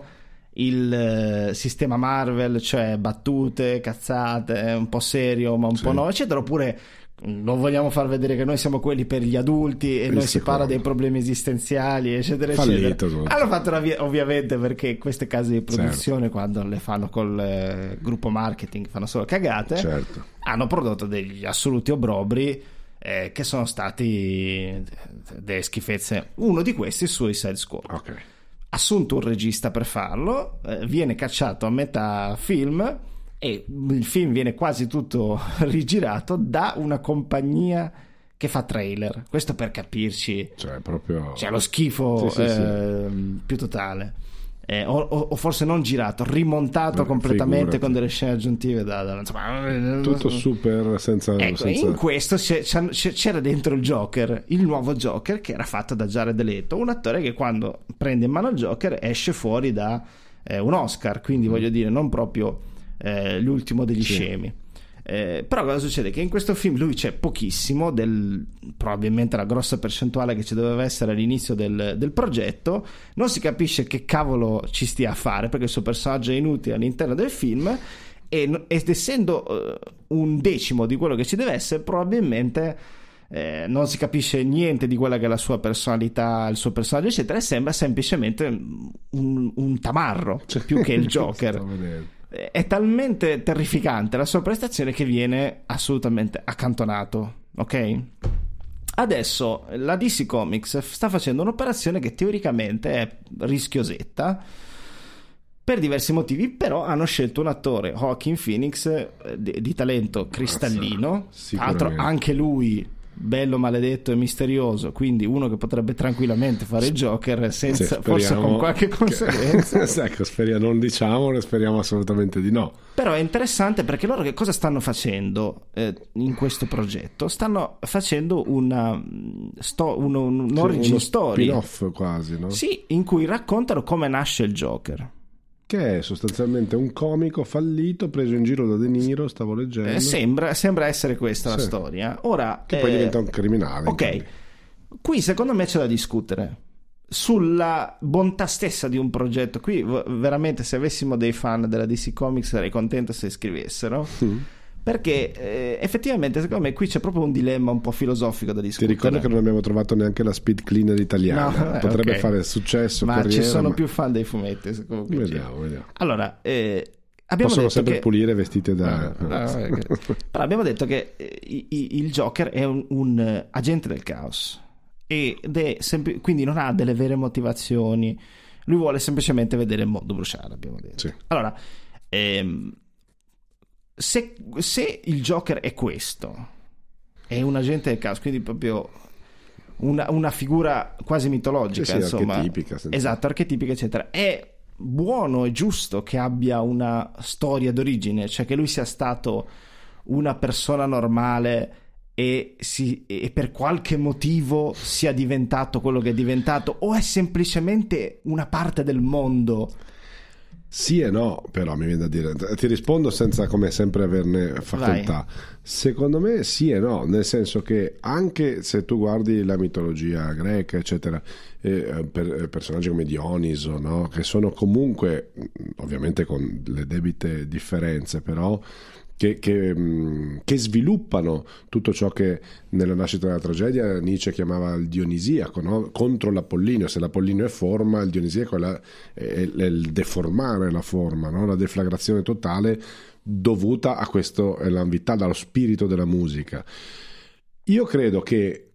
il sistema Marvel, cioè battute, cazzate, un po' serio ma un sì. po' no, eccetera, oppure non vogliamo far vedere che noi siamo quelli per gli adulti e il noi secondo. Si parla dei problemi esistenziali, eccetera, Fallito, eccetera. Hanno fatto una via, ovviamente, perché queste case di produzione certo. quando le fanno col eh, gruppo marketing fanno solo cagate, certo. hanno prodotto degli assoluti obbrobri eh, che sono stati delle schifezze. Uno di questi, Suicide Squad. Ok. Assunto un regista per farlo, eh, viene cacciato a metà film e il film viene quasi tutto rigirato da una compagnia che fa trailer. Questo per capirci, cioè proprio cioè lo schifo sì, sì, eh, sì. più totale. Eh, o, o forse non girato, rimontato Beh, completamente figurati. Con delle scene aggiuntive da, da, insomma, tutto super senza, ecco, senza... in questo c'era dentro il Joker, il nuovo Joker, che era fatto da Jared Leto, un attore che quando prende in mano il Joker esce fuori da eh, un Oscar, quindi mm. voglio dire non proprio eh, l'ultimo degli sì. scemi. Eh, però cosa succede? Che in questo film lui c'è pochissimo, del, probabilmente la grossa percentuale che ci doveva essere all'inizio del, del progetto, non si capisce che cavolo ci stia a fare perché il suo personaggio è inutile all'interno del film e, ed essendo uh, un decimo di quello che ci deve essere, probabilmente eh, non si capisce niente di quella che è la sua personalità, il suo personaggio eccetera, e sembra semplicemente un, un tamarro, cioè più che il Joker. È talmente terrificante la sua prestazione che viene assolutamente accantonato, ok? Adesso la D C Comics sta facendo un'operazione che teoricamente è rischiosetta per diversi motivi, però hanno scelto un attore, Joaquin Phoenix, di, di talento cristallino, tra l'altro anche lui bello, maledetto e misterioso, quindi uno che potrebbe tranquillamente fare il Joker senza, sì, forse con qualche conseguenza. Che... ecco, speriamo, non diciamolo, speriamo assolutamente di no. Però è interessante perché loro che cosa stanno facendo eh, in questo progetto? Stanno facendo una sto, un, un sì, origin uno story, spin-off quasi, no? Sì, in cui raccontano come nasce il Joker, che è sostanzialmente un comico fallito preso in giro da De Niro, stavo leggendo. Eh, sembra, sembra essere questa sì. la storia. Ora, che eh, poi diventa un criminale. Ok, qui secondo me c'è da discutere sulla bontà stessa di un progetto. Qui veramente, se avessimo dei fan della D C Comics, sarei contento se scrivessero. Mm. Perché eh, effettivamente secondo me qui c'è proprio un dilemma un po' filosofico da discutere. Ti ricordo che non abbiamo trovato neanche la speed cleaner italiana, no, potrebbe okay. fare successo, ma carriera, ci sono ma... più fan dei fumetti, vediamo, vediamo. Allora eh, abbiamo possono detto sempre che... pulire vestite da no, no, okay. Però abbiamo detto che eh, i, il Joker è un, un uh, agente del caos ed è sempl- quindi non ha delle vere motivazioni, lui vuole semplicemente vedere il mondo bruciare, abbiamo detto. Sì. Allora ehm Se, se il Joker è questo, è un agente del caos, quindi proprio una, una figura quasi mitologica, sì, sì, insomma, archetipica, senza... esatto, archetipica, eccetera, è buono e giusto che abbia una storia d'origine, cioè che lui sia stato una persona normale e, si, e per qualche motivo sia diventato quello che è diventato, o è semplicemente una parte del mondo. Sì e no, però mi viene da dire, ti rispondo senza come sempre averne facoltà. Vai. Secondo me sì e no, nel senso che anche se tu guardi la mitologia greca eccetera, eh, per, personaggi come Dioniso, no? Che sono comunque ovviamente con le debite differenze, però Che, che, che sviluppano tutto ciò che nella nascita della tragedia Nietzsche chiamava il dionisiaco, no? Contro l'Apollinio. Se l'Apollinio è forma, il dionisiaco è, la, è, è il deformare la forma, no? La deflagrazione totale dovuta a questo, è la vità dallo spirito della musica. Io credo che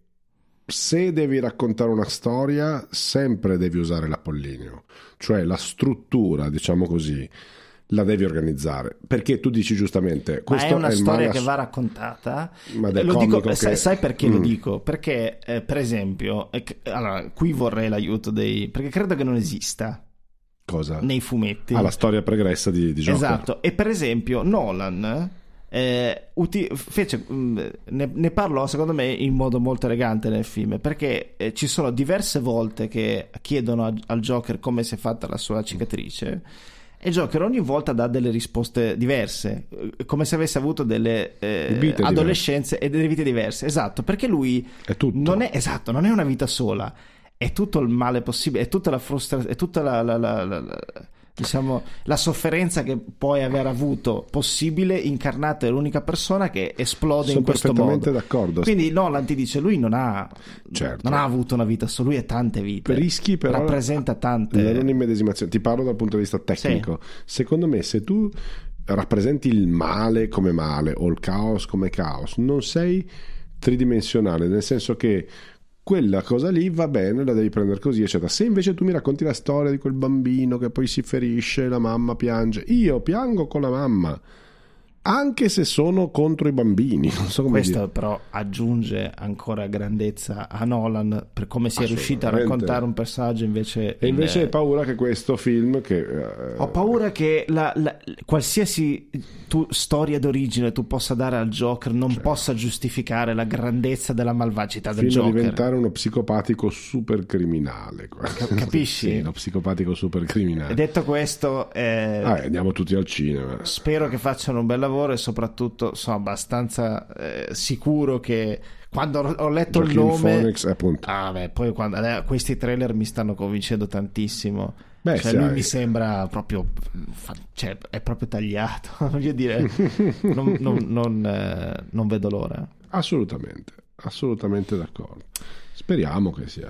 se devi raccontare una storia sempre devi usare l'Apollinio, cioè la struttura, diciamo così, la devi organizzare, perché tu dici giustamente ma è una è storia manga... che va raccontata. Ma del lo dico, che... sai, sai perché mm. lo dico? Perché eh, per esempio eh, allora qui vorrei l'aiuto dei, perché credo che non esista cosa? Nei fumetti ah, la storia pregressa di, di Joker. Esatto, e per esempio Nolan eh, uti- fece, ne, ne parlò secondo me in modo molto elegante nel film, perché eh, ci sono diverse volte che chiedono a, al Joker come si è fatta la sua cicatrice e Joker ogni volta dà delle risposte diverse, come se avesse avuto delle eh, adolescenze diverse. E delle vite diverse. Esatto, perché lui è tutto. Non è, esatto, non è una vita sola, è tutto il male possibile, è tutta la frustrazione, è tutta la, la, la, la, la diciamo la sofferenza che puoi aver avuto possibile, incarnata è l'unica persona che esplode Sono in questo modo. Sono perfettamente d'accordo. Quindi Nolan ti dice lui non ha certo. non ha avuto una vita sola, lui ha tante vite, rischi però rappresenta tante la non immedesimazione. Ti parlo dal punto di vista tecnico, sì. Secondo me se tu rappresenti il male come male o il caos come caos non sei tridimensionale, nel senso che quella cosa lì va bene, la devi prendere così eccetera. Se invece tu mi racconti la storia di quel bambino che poi si ferisce, la mamma piange, io piango con la mamma anche se sono contro i bambini, non so come questo dire. Però aggiunge ancora grandezza a Nolan per come si è riuscito a raccontare un personaggio invece e invece in... hai paura che questo film che uh... ho paura che la, la, qualsiasi tu, storia d'origine tu possa dare al Joker non certo. possa giustificare la grandezza della malvagità del Fino Joker, diventare uno psicopatico super criminale. Capisci? Sì, uno psicopatico super criminale. E detto questo eh, ah, andiamo tutti al cinema, spero che facciano un bel lavoro e soprattutto sono abbastanza eh, sicuro che quando ho letto Joaquin il nome Phoenix, appunto. Ah, beh, poi quando, eh, questi trailer mi stanno convincendo tantissimo. Beh, cioè, lui hai... mi sembra proprio cioè, è proprio tagliato voglio dire non, non, non, eh, non vedo l'ora. Assolutamente, assolutamente d'accordo. Speriamo che sia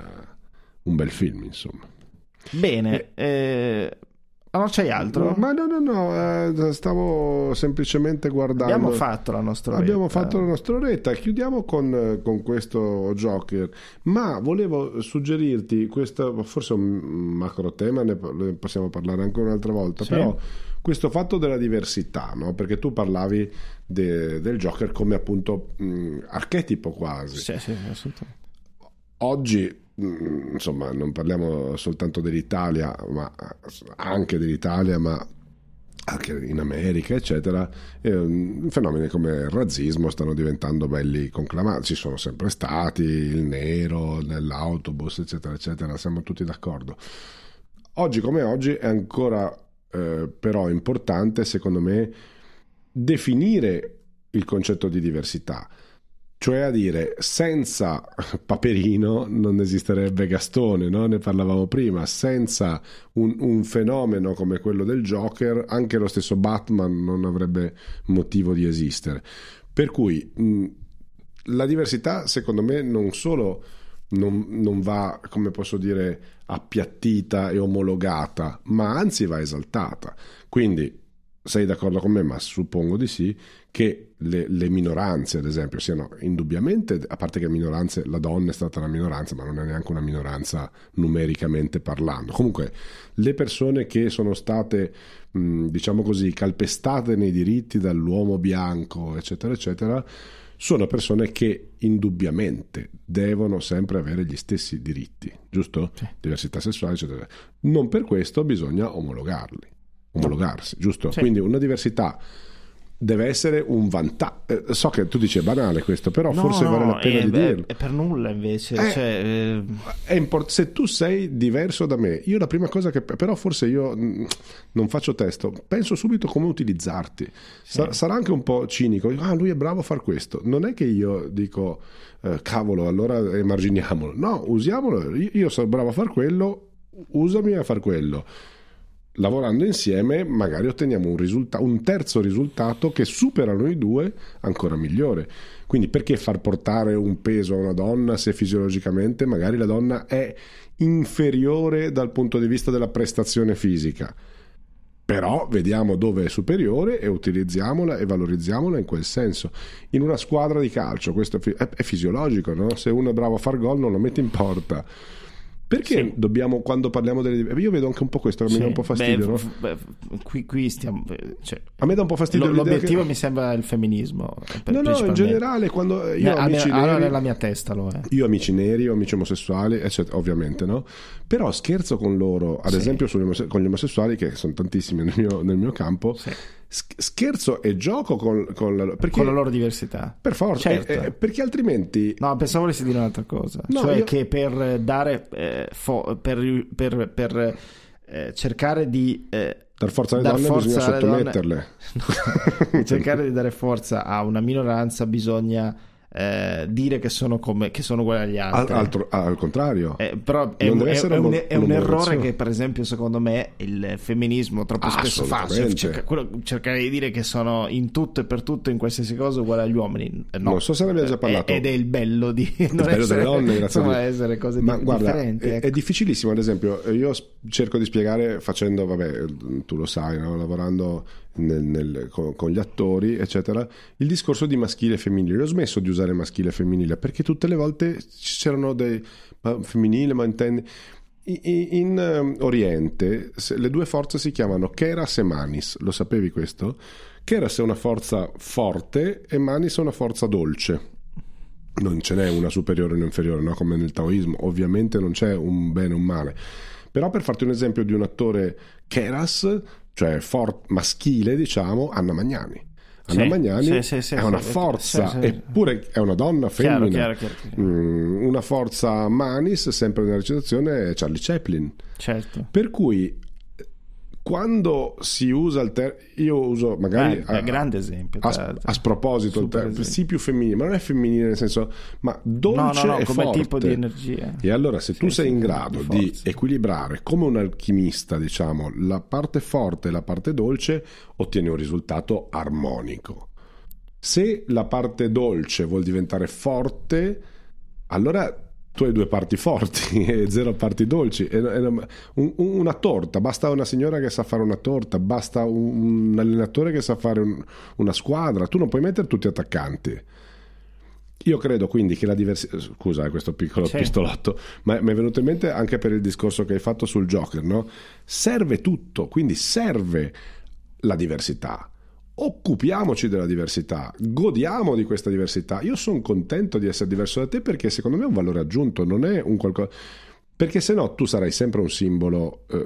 un bel film, insomma. Bene, eh... eh... Ah, non c'hai altro? Ma no, no, no, eh, stavo semplicemente guardando. Abbiamo fatto la nostra oretta. Abbiamo fatto la nostra oretta. Chiudiamo con, con questo Joker. Ma volevo suggerirti questo, forse un macro tema, ne possiamo parlare anche un'altra volta. Sì. Però questo fatto della diversità, no? Perché tu parlavi de, del Joker come appunto mh, archetipo quasi. Sì, sì, assolutamente. Oggi, mh, insomma, non parliamo soltanto dell'Italia, ma anche dell'Italia, ma anche in America, eccetera, eh, fenomeni come il razzismo stanno diventando belli conclamati. Ci sono sempre stati, il nero nell'autobus, eccetera, eccetera, siamo tutti d'accordo. Oggi come oggi è ancora eh, però importante, secondo me, definire il concetto di diversità. Cioè a dire, senza Paperino non esisterebbe Gastone, no? Ne parlavamo prima, senza un, un fenomeno come quello del Joker, anche lo stesso Batman non avrebbe motivo di esistere. Per cui mh, la diversità, secondo me, non solo non, non va, come posso dire, appiattita e omologata, ma anzi va esaltata. Quindi, sei d'accordo con me, ma suppongo di sì, che le, le minoranze, ad esempio, siano indubbiamente, a parte che minoranze, la donna è stata una minoranza, ma non è neanche una minoranza numericamente parlando. Comunque, le persone che sono state, mh, diciamo così, calpestate nei diritti dall'uomo bianco, eccetera, eccetera, sono persone che indubbiamente devono sempre avere gli stessi diritti, giusto? Sì. Diversità sessuale, eccetera. Non per questo bisogna omologarli. omologarsi, giusto? Sì. Quindi una diversità deve essere un vantaggio. Eh, so che tu dici è banale questo, però no, forse no, vale la pena è, di dirlo. È per nulla invece. Eh, cioè, eh... è import- se tu sei diverso da me, io la prima cosa che però forse io mh, non faccio testo, penso subito come utilizzarti. Sì. Sa- sarà anche un po' cinico. Ah, lui è bravo a far questo. Non è che io dico eh, cavolo, allora emarginiamolo. No, usiamolo. Io, io sono bravo a far quello, usami a far quello. Lavorando insieme magari otteniamo un, risulta- un terzo risultato che supera noi due, ancora migliore. Quindi perché far portare un peso a una donna se fisiologicamente magari la donna è inferiore dal punto di vista della prestazione fisica? Però vediamo dove è superiore e utilizziamola e valorizziamola in quel senso. In una squadra di calcio questo è, è, è fisiologico, no? Se uno è bravo a far gol non lo mette in porta. Perché sì. dobbiamo, quando parliamo delle... Io vedo anche un po' questo, che sì. mi dà un po' fastidio, beh, no? Beh, qui, qui stiamo... Cioè, a me dà un po' fastidio l- l'obiettivo che... mi sembra il femminismo. Per, no, no, in generale, quando io ho amici mia, neri... Allora nella mia testa lo è. Io ho amici neri, ho amici omosessuali, eccetera, ovviamente, no? Però scherzo con loro, ad sì. esempio sugli omose- con gli omosessuali, che sono tantissimi nel mio, nel mio campo... Sì. Scherzo e gioco con, con, la, perché, con la loro diversità, per forza, certo. eh, eh, perché altrimenti no, pensavo volessi dire un'altra cosa, no, cioè io... che per dare eh, fo- per, per, per eh, cercare di eh, dar forza alle dar donne forza bisogna sottometterle no, cercare di dare forza a una minoranza bisogna Eh, dire che sono come che sono uguali agli altri. Al, altro, al contrario, eh, però è, un, è, è, un, è un errore che, per esempio, secondo me il femminismo troppo spesso fa, cioè, cerca, quello, cercare di dire che sono in tutto e per tutto, in qualsiasi cosa, uguali agli uomini. No. Non so se ne abbiamo già parlato. Ed è il bello di non il bello essere, delle donne, grazie insomma, a essere cose Ma di, guarda, differenti. È, ecco. è difficilissimo, ad esempio, io cerco di spiegare facendo, vabbè, tu lo sai, no? Lavorando Nel, nel, con, con gli attori eccetera, il discorso di maschile e femminile. Ho smesso di usare maschile e femminile perché tutte le volte c'erano dei ma femminile, ma intendi in, in um, Oriente le due forze si chiamano Keras e Manis, lo sapevi questo? Keras è una forza forte e Manis è una forza dolce. Non ce n'è una superiore o una inferiore, no? Come nel taoismo ovviamente non c'è un bene o un male, però per farti un esempio di un attore Keras, cioè for- maschile, diciamo, Anna Magnani. Anna sì, Magnani sì, sì, sì, è una sì, forza, sì, sì. Eppure è una donna femmina. Chiaro, chiaro, chiaro, chiaro. Mm, una forza Manis, sempre nella recitazione, è Charlie Chaplin. Certo. Per cui quando si usa il termine, io uso magari eh, a, grande esempio a, a, a sproposito il termine, sì, più femminile, ma non è femminile nel senso, ma dolce no, no, no, e come forte tipo di energia. E allora se sì, tu sei sì, in grado di, di equilibrare come un alchimista, diciamo, la parte forte e la parte dolce, ottieni un risultato armonico. Se la parte dolce vuol diventare forte, allora tu hai due parti forti e zero parti dolci. Un, una torta, basta una signora che sa fare una torta, basta un, un allenatore che sa fare un, una squadra. Tu non puoi mettere tutti attaccanti. Io credo quindi che la diversità, scusa questo piccolo sì. pistolotto, ma mi è venuto in mente anche per il discorso che hai fatto sul Joker, no? Serve tutto, quindi serve la diversità. Occupiamoci della diversità, godiamo di questa diversità. Io sono contento di essere diverso da te perché secondo me è un valore aggiunto, non è un qualcosa, perché se no tu sarai sempre un simbolo eh,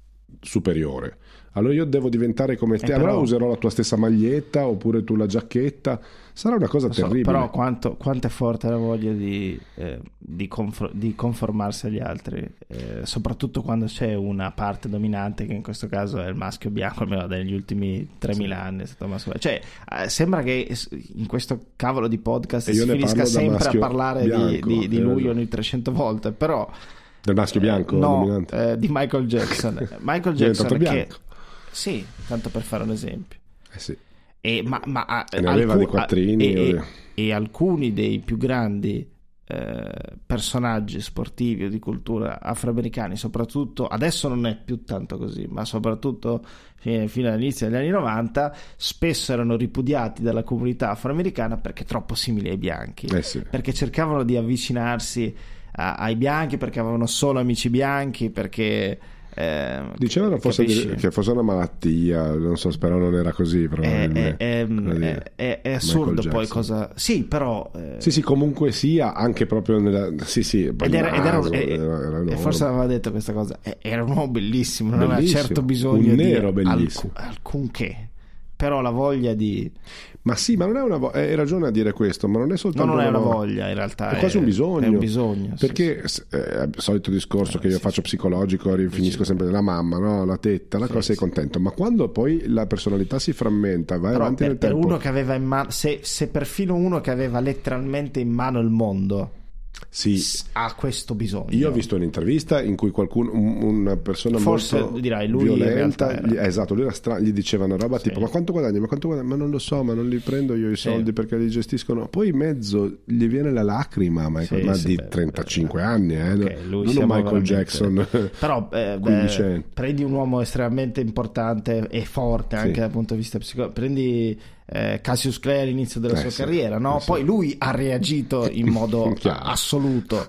superiore. Allora io devo diventare come te, eh, allora però... userò la tua stessa maglietta oppure tu la giacchetta, sarà una cosa so, terribile. Però quanto, quanto è forte la voglia di, eh, di, confor- di conformarsi agli altri, eh, soprattutto quando c'è una parte dominante che in questo caso è il maschio bianco, almeno negli ultimi tremila sì. anni è stato maschio. Cioè eh, sembra che in questo cavolo di podcast si finisca sempre a parlare bianco, di, di, di lui ogni trecento volte, però del maschio bianco eh, no, dominante eh, di Michael Jackson Michael Jackson che sì, tanto per fare un esempio. Eh sì. E, ma, ma, e ne aveva alcun, dei quattrini. E, e, e alcuni dei più grandi eh, personaggi sportivi o di cultura afroamericani, soprattutto, adesso non è più tanto così, ma soprattutto fino, fino all'inizio degli anni novanta, spesso erano ripudiati dalla comunità afroamericana perché troppo simili ai bianchi. Eh sì. Perché cercavano di avvicinarsi a, ai bianchi, perché avevano solo amici bianchi, perché... Eh, dicevano fosse di, che fosse una malattia, non so, spero non era così, probabilmente. È, è, è, è, è assurdo poi cosa sì però eh... sì sì comunque sia anche proprio nella sì sì ed era, ed era, naso, era, era, era e forse aveva detto questa cosa, era un uomo bellissimo, non bellissimo. Aveva certo bisogno un nero di bellissimo. Alcun, alcunché, però la voglia di ma sì, ma non è una voglia, hai ragione a dire questo, ma non è soltanto no, non una è una voglia, in realtà è, è quasi un bisogno, è un bisogno perché sì, sì. È il solito discorso eh, che io sì, faccio sì. psicologico, finisco sì. sempre nella mamma, no? La tetta, la sì, cosa sei sì. contento, ma quando poi la personalità si frammenta, vai però avanti per, nel per tempo uno che aveva in mano se, se perfino uno che aveva letteralmente in mano il mondo sì. ha questo bisogno. Io ho visto un'intervista in cui qualcuno, una persona forse molto dirai lui violenta, era... gli, esatto, lui era stra- gli diceva una roba sì. tipo ma quanto guadagni, ma quanto guadagni, ma non lo so, ma non li prendo io i soldi sì. perché li gestiscono, poi in mezzo gli viene la lacrima, Michael, sì, ma sì, di beh, trentacinque beh, anni eh, okay, lui non Michael veramente... Jackson però eh, beh, prendi un uomo estremamente importante e forte anche sì. dal punto di vista psicologico, prendi eh, Cassius Clay all'inizio della eh, sua sì. carriera, no? Eh, poi sì. lui ha reagito in modo assoluto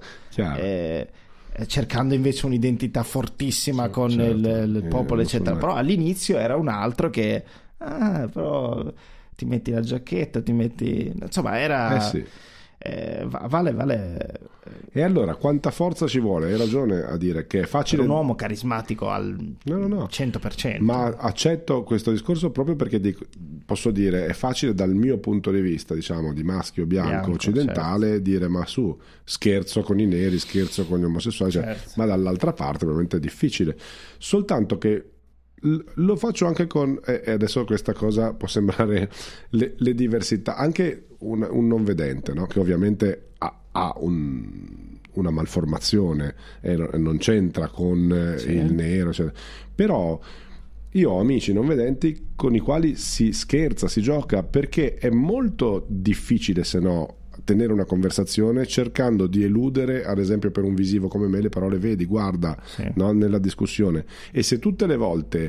eh, cercando invece un'identità fortissima sì, con certo. il, il popolo eh, eccetera, però all'inizio era un altro che ah, però ti metti la giacchetta, ti metti insomma era eh sì. eh, vale vale e allora quanta forza ci vuole? Hai ragione a dire che è facile per un uomo carismatico al no, no, no. cento per cento, ma accetto questo discorso proprio perché dico, posso dire è facile dal mio punto di vista, diciamo, di maschio bianco, bianco occidentale certo. dire ma su scherzo con i neri, scherzo con gli omosessuali certo. cioè, ma dall'altra parte ovviamente è difficile, soltanto che lo faccio anche con e adesso questa cosa può sembrare le, le diversità, anche un, un non vedente, no? Che ovviamente ha, ha un, una malformazione e non c'entra con sì. il nero cioè. Però io ho amici non vedenti con i quali si scherza, si gioca, perché è molto difficile se no tenere una conversazione cercando di eludere, ad esempio per un visivo come me, le parole vedi, guarda, sì. no? Nella discussione. E se tutte le volte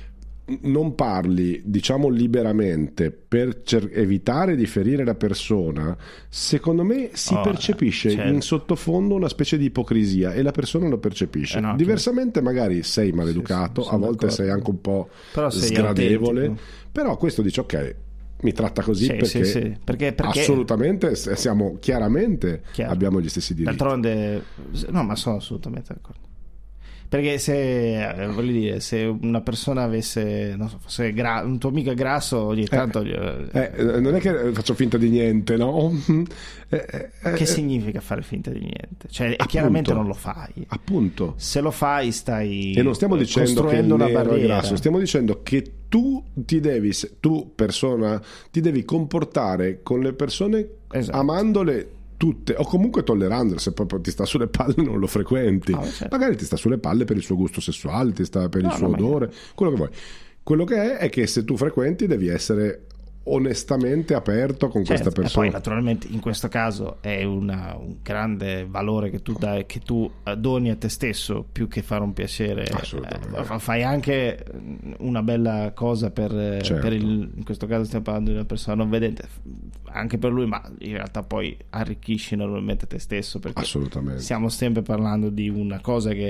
non parli, diciamo, liberamente per cer- evitare di ferire la persona, secondo me si oh, percepisce certo. in sottofondo una specie di ipocrisia e la persona lo percepisce. Eh no, diversamente magari sei maleducato, sì, sì, a volte d'accordo. Sei anche un po' però sgradevole, autentico. Però questo dice ok, mi tratta così sì, perché, sì, sì. Perché, perché assolutamente siamo chiaramente Chiaro. Abbiamo gli stessi diritti. D'altronde no, ma sono assolutamente d'accordo. Perché se voglio dire, se una persona avesse non so, fosse gra- un tuo amico è grasso ogni tanto eh, eh, non è che faccio finta di niente, no? eh, eh, che significa fare finta di niente? Cioè appunto, chiaramente non lo fai. Appunto. Se lo fai stai e non stiamo dicendo che il una nero barriera. È grasso, stiamo dicendo che tu ti devi tu persona ti devi comportare con le persone esatto. amandole tutte o comunque tollerandole. Se proprio ti sta sulle palle non lo frequenti, oh, certo. magari ti sta sulle palle per il suo gusto sessuale, ti sta per no, il suo odore è... quello che vuoi. Quello che è è che se tu frequenti devi essere onestamente aperto con certo, questa persona. E poi naturalmente in questo caso è una, un grande valore che tu dai, che tu doni a te stesso più che fare un piacere. Eh, fai anche una bella cosa per, certo. per il, in questo caso stiamo parlando di una persona non vedente, anche per lui, ma in realtà poi arricchisci normalmente te stesso, perché assolutamente. Stiamo sempre parlando di una cosa che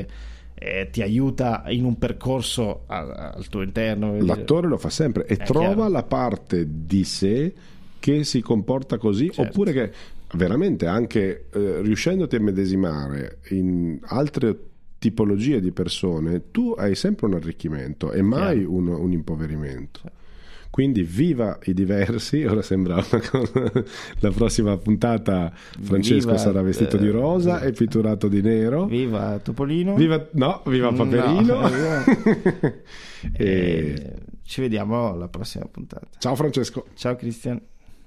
eh, ti aiuta in un percorso al, al tuo interno. L'attore lo fa sempre e È trova chiaro. la parte di sé che si comporta così, Certo. oppure che veramente anche eh, riuscendoti a medesimare in altre tipologie di persone, tu hai sempre un arricchimento e mai un, un impoverimento. Certo. Quindi viva i diversi. Ora sembra una cosa. La prossima puntata Francesco Viva, sarà vestito eh, di rosa e pitturato di nero. Viva Topolino. Viva, no, viva Paperino. No, e... e ci vediamo alla prossima puntata. Ciao Francesco. Ciao Christian.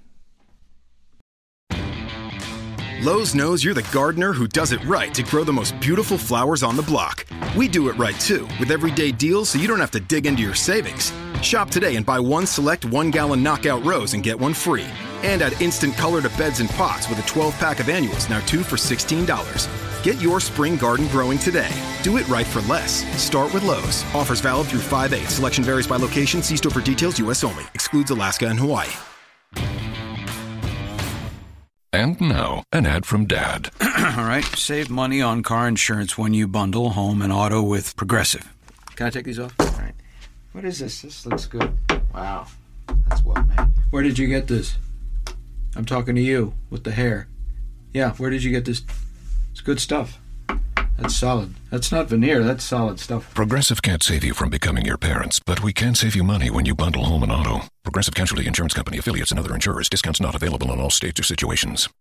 Lowe's knows you're the gardener who does it right to grow the most beautiful flowers on the block. We do it right too, with everyday deals so you don't have to dig into your savings. Shop today and buy one select one-gallon knockout rose and get one free. And add instant color to beds and pots with a twelve-pack of annuals, now two for sixteen dollars. Get your spring garden growing today. Do it right for less. Start with Lowe's. Offers valid through five eight. Selection varies by location. See store for details. U S only. Excludes Alaska and Hawaii. And now, an ad from Dad. All right, save money on car insurance when you bundle home and auto with Progressive. Can I take these off? All right. What is this? This looks good. Wow, that's well made. Where did you get this? I'm talking to you with the hair. Yeah, where did you get this? It's good stuff. That's solid. That's not veneer, that's solid stuff. Progressive can't save you from becoming your parents, but we can save you money when you bundle home and auto. Progressive Casualty Insurance Company affiliates and other insurers. Discounts not available in all states or situations.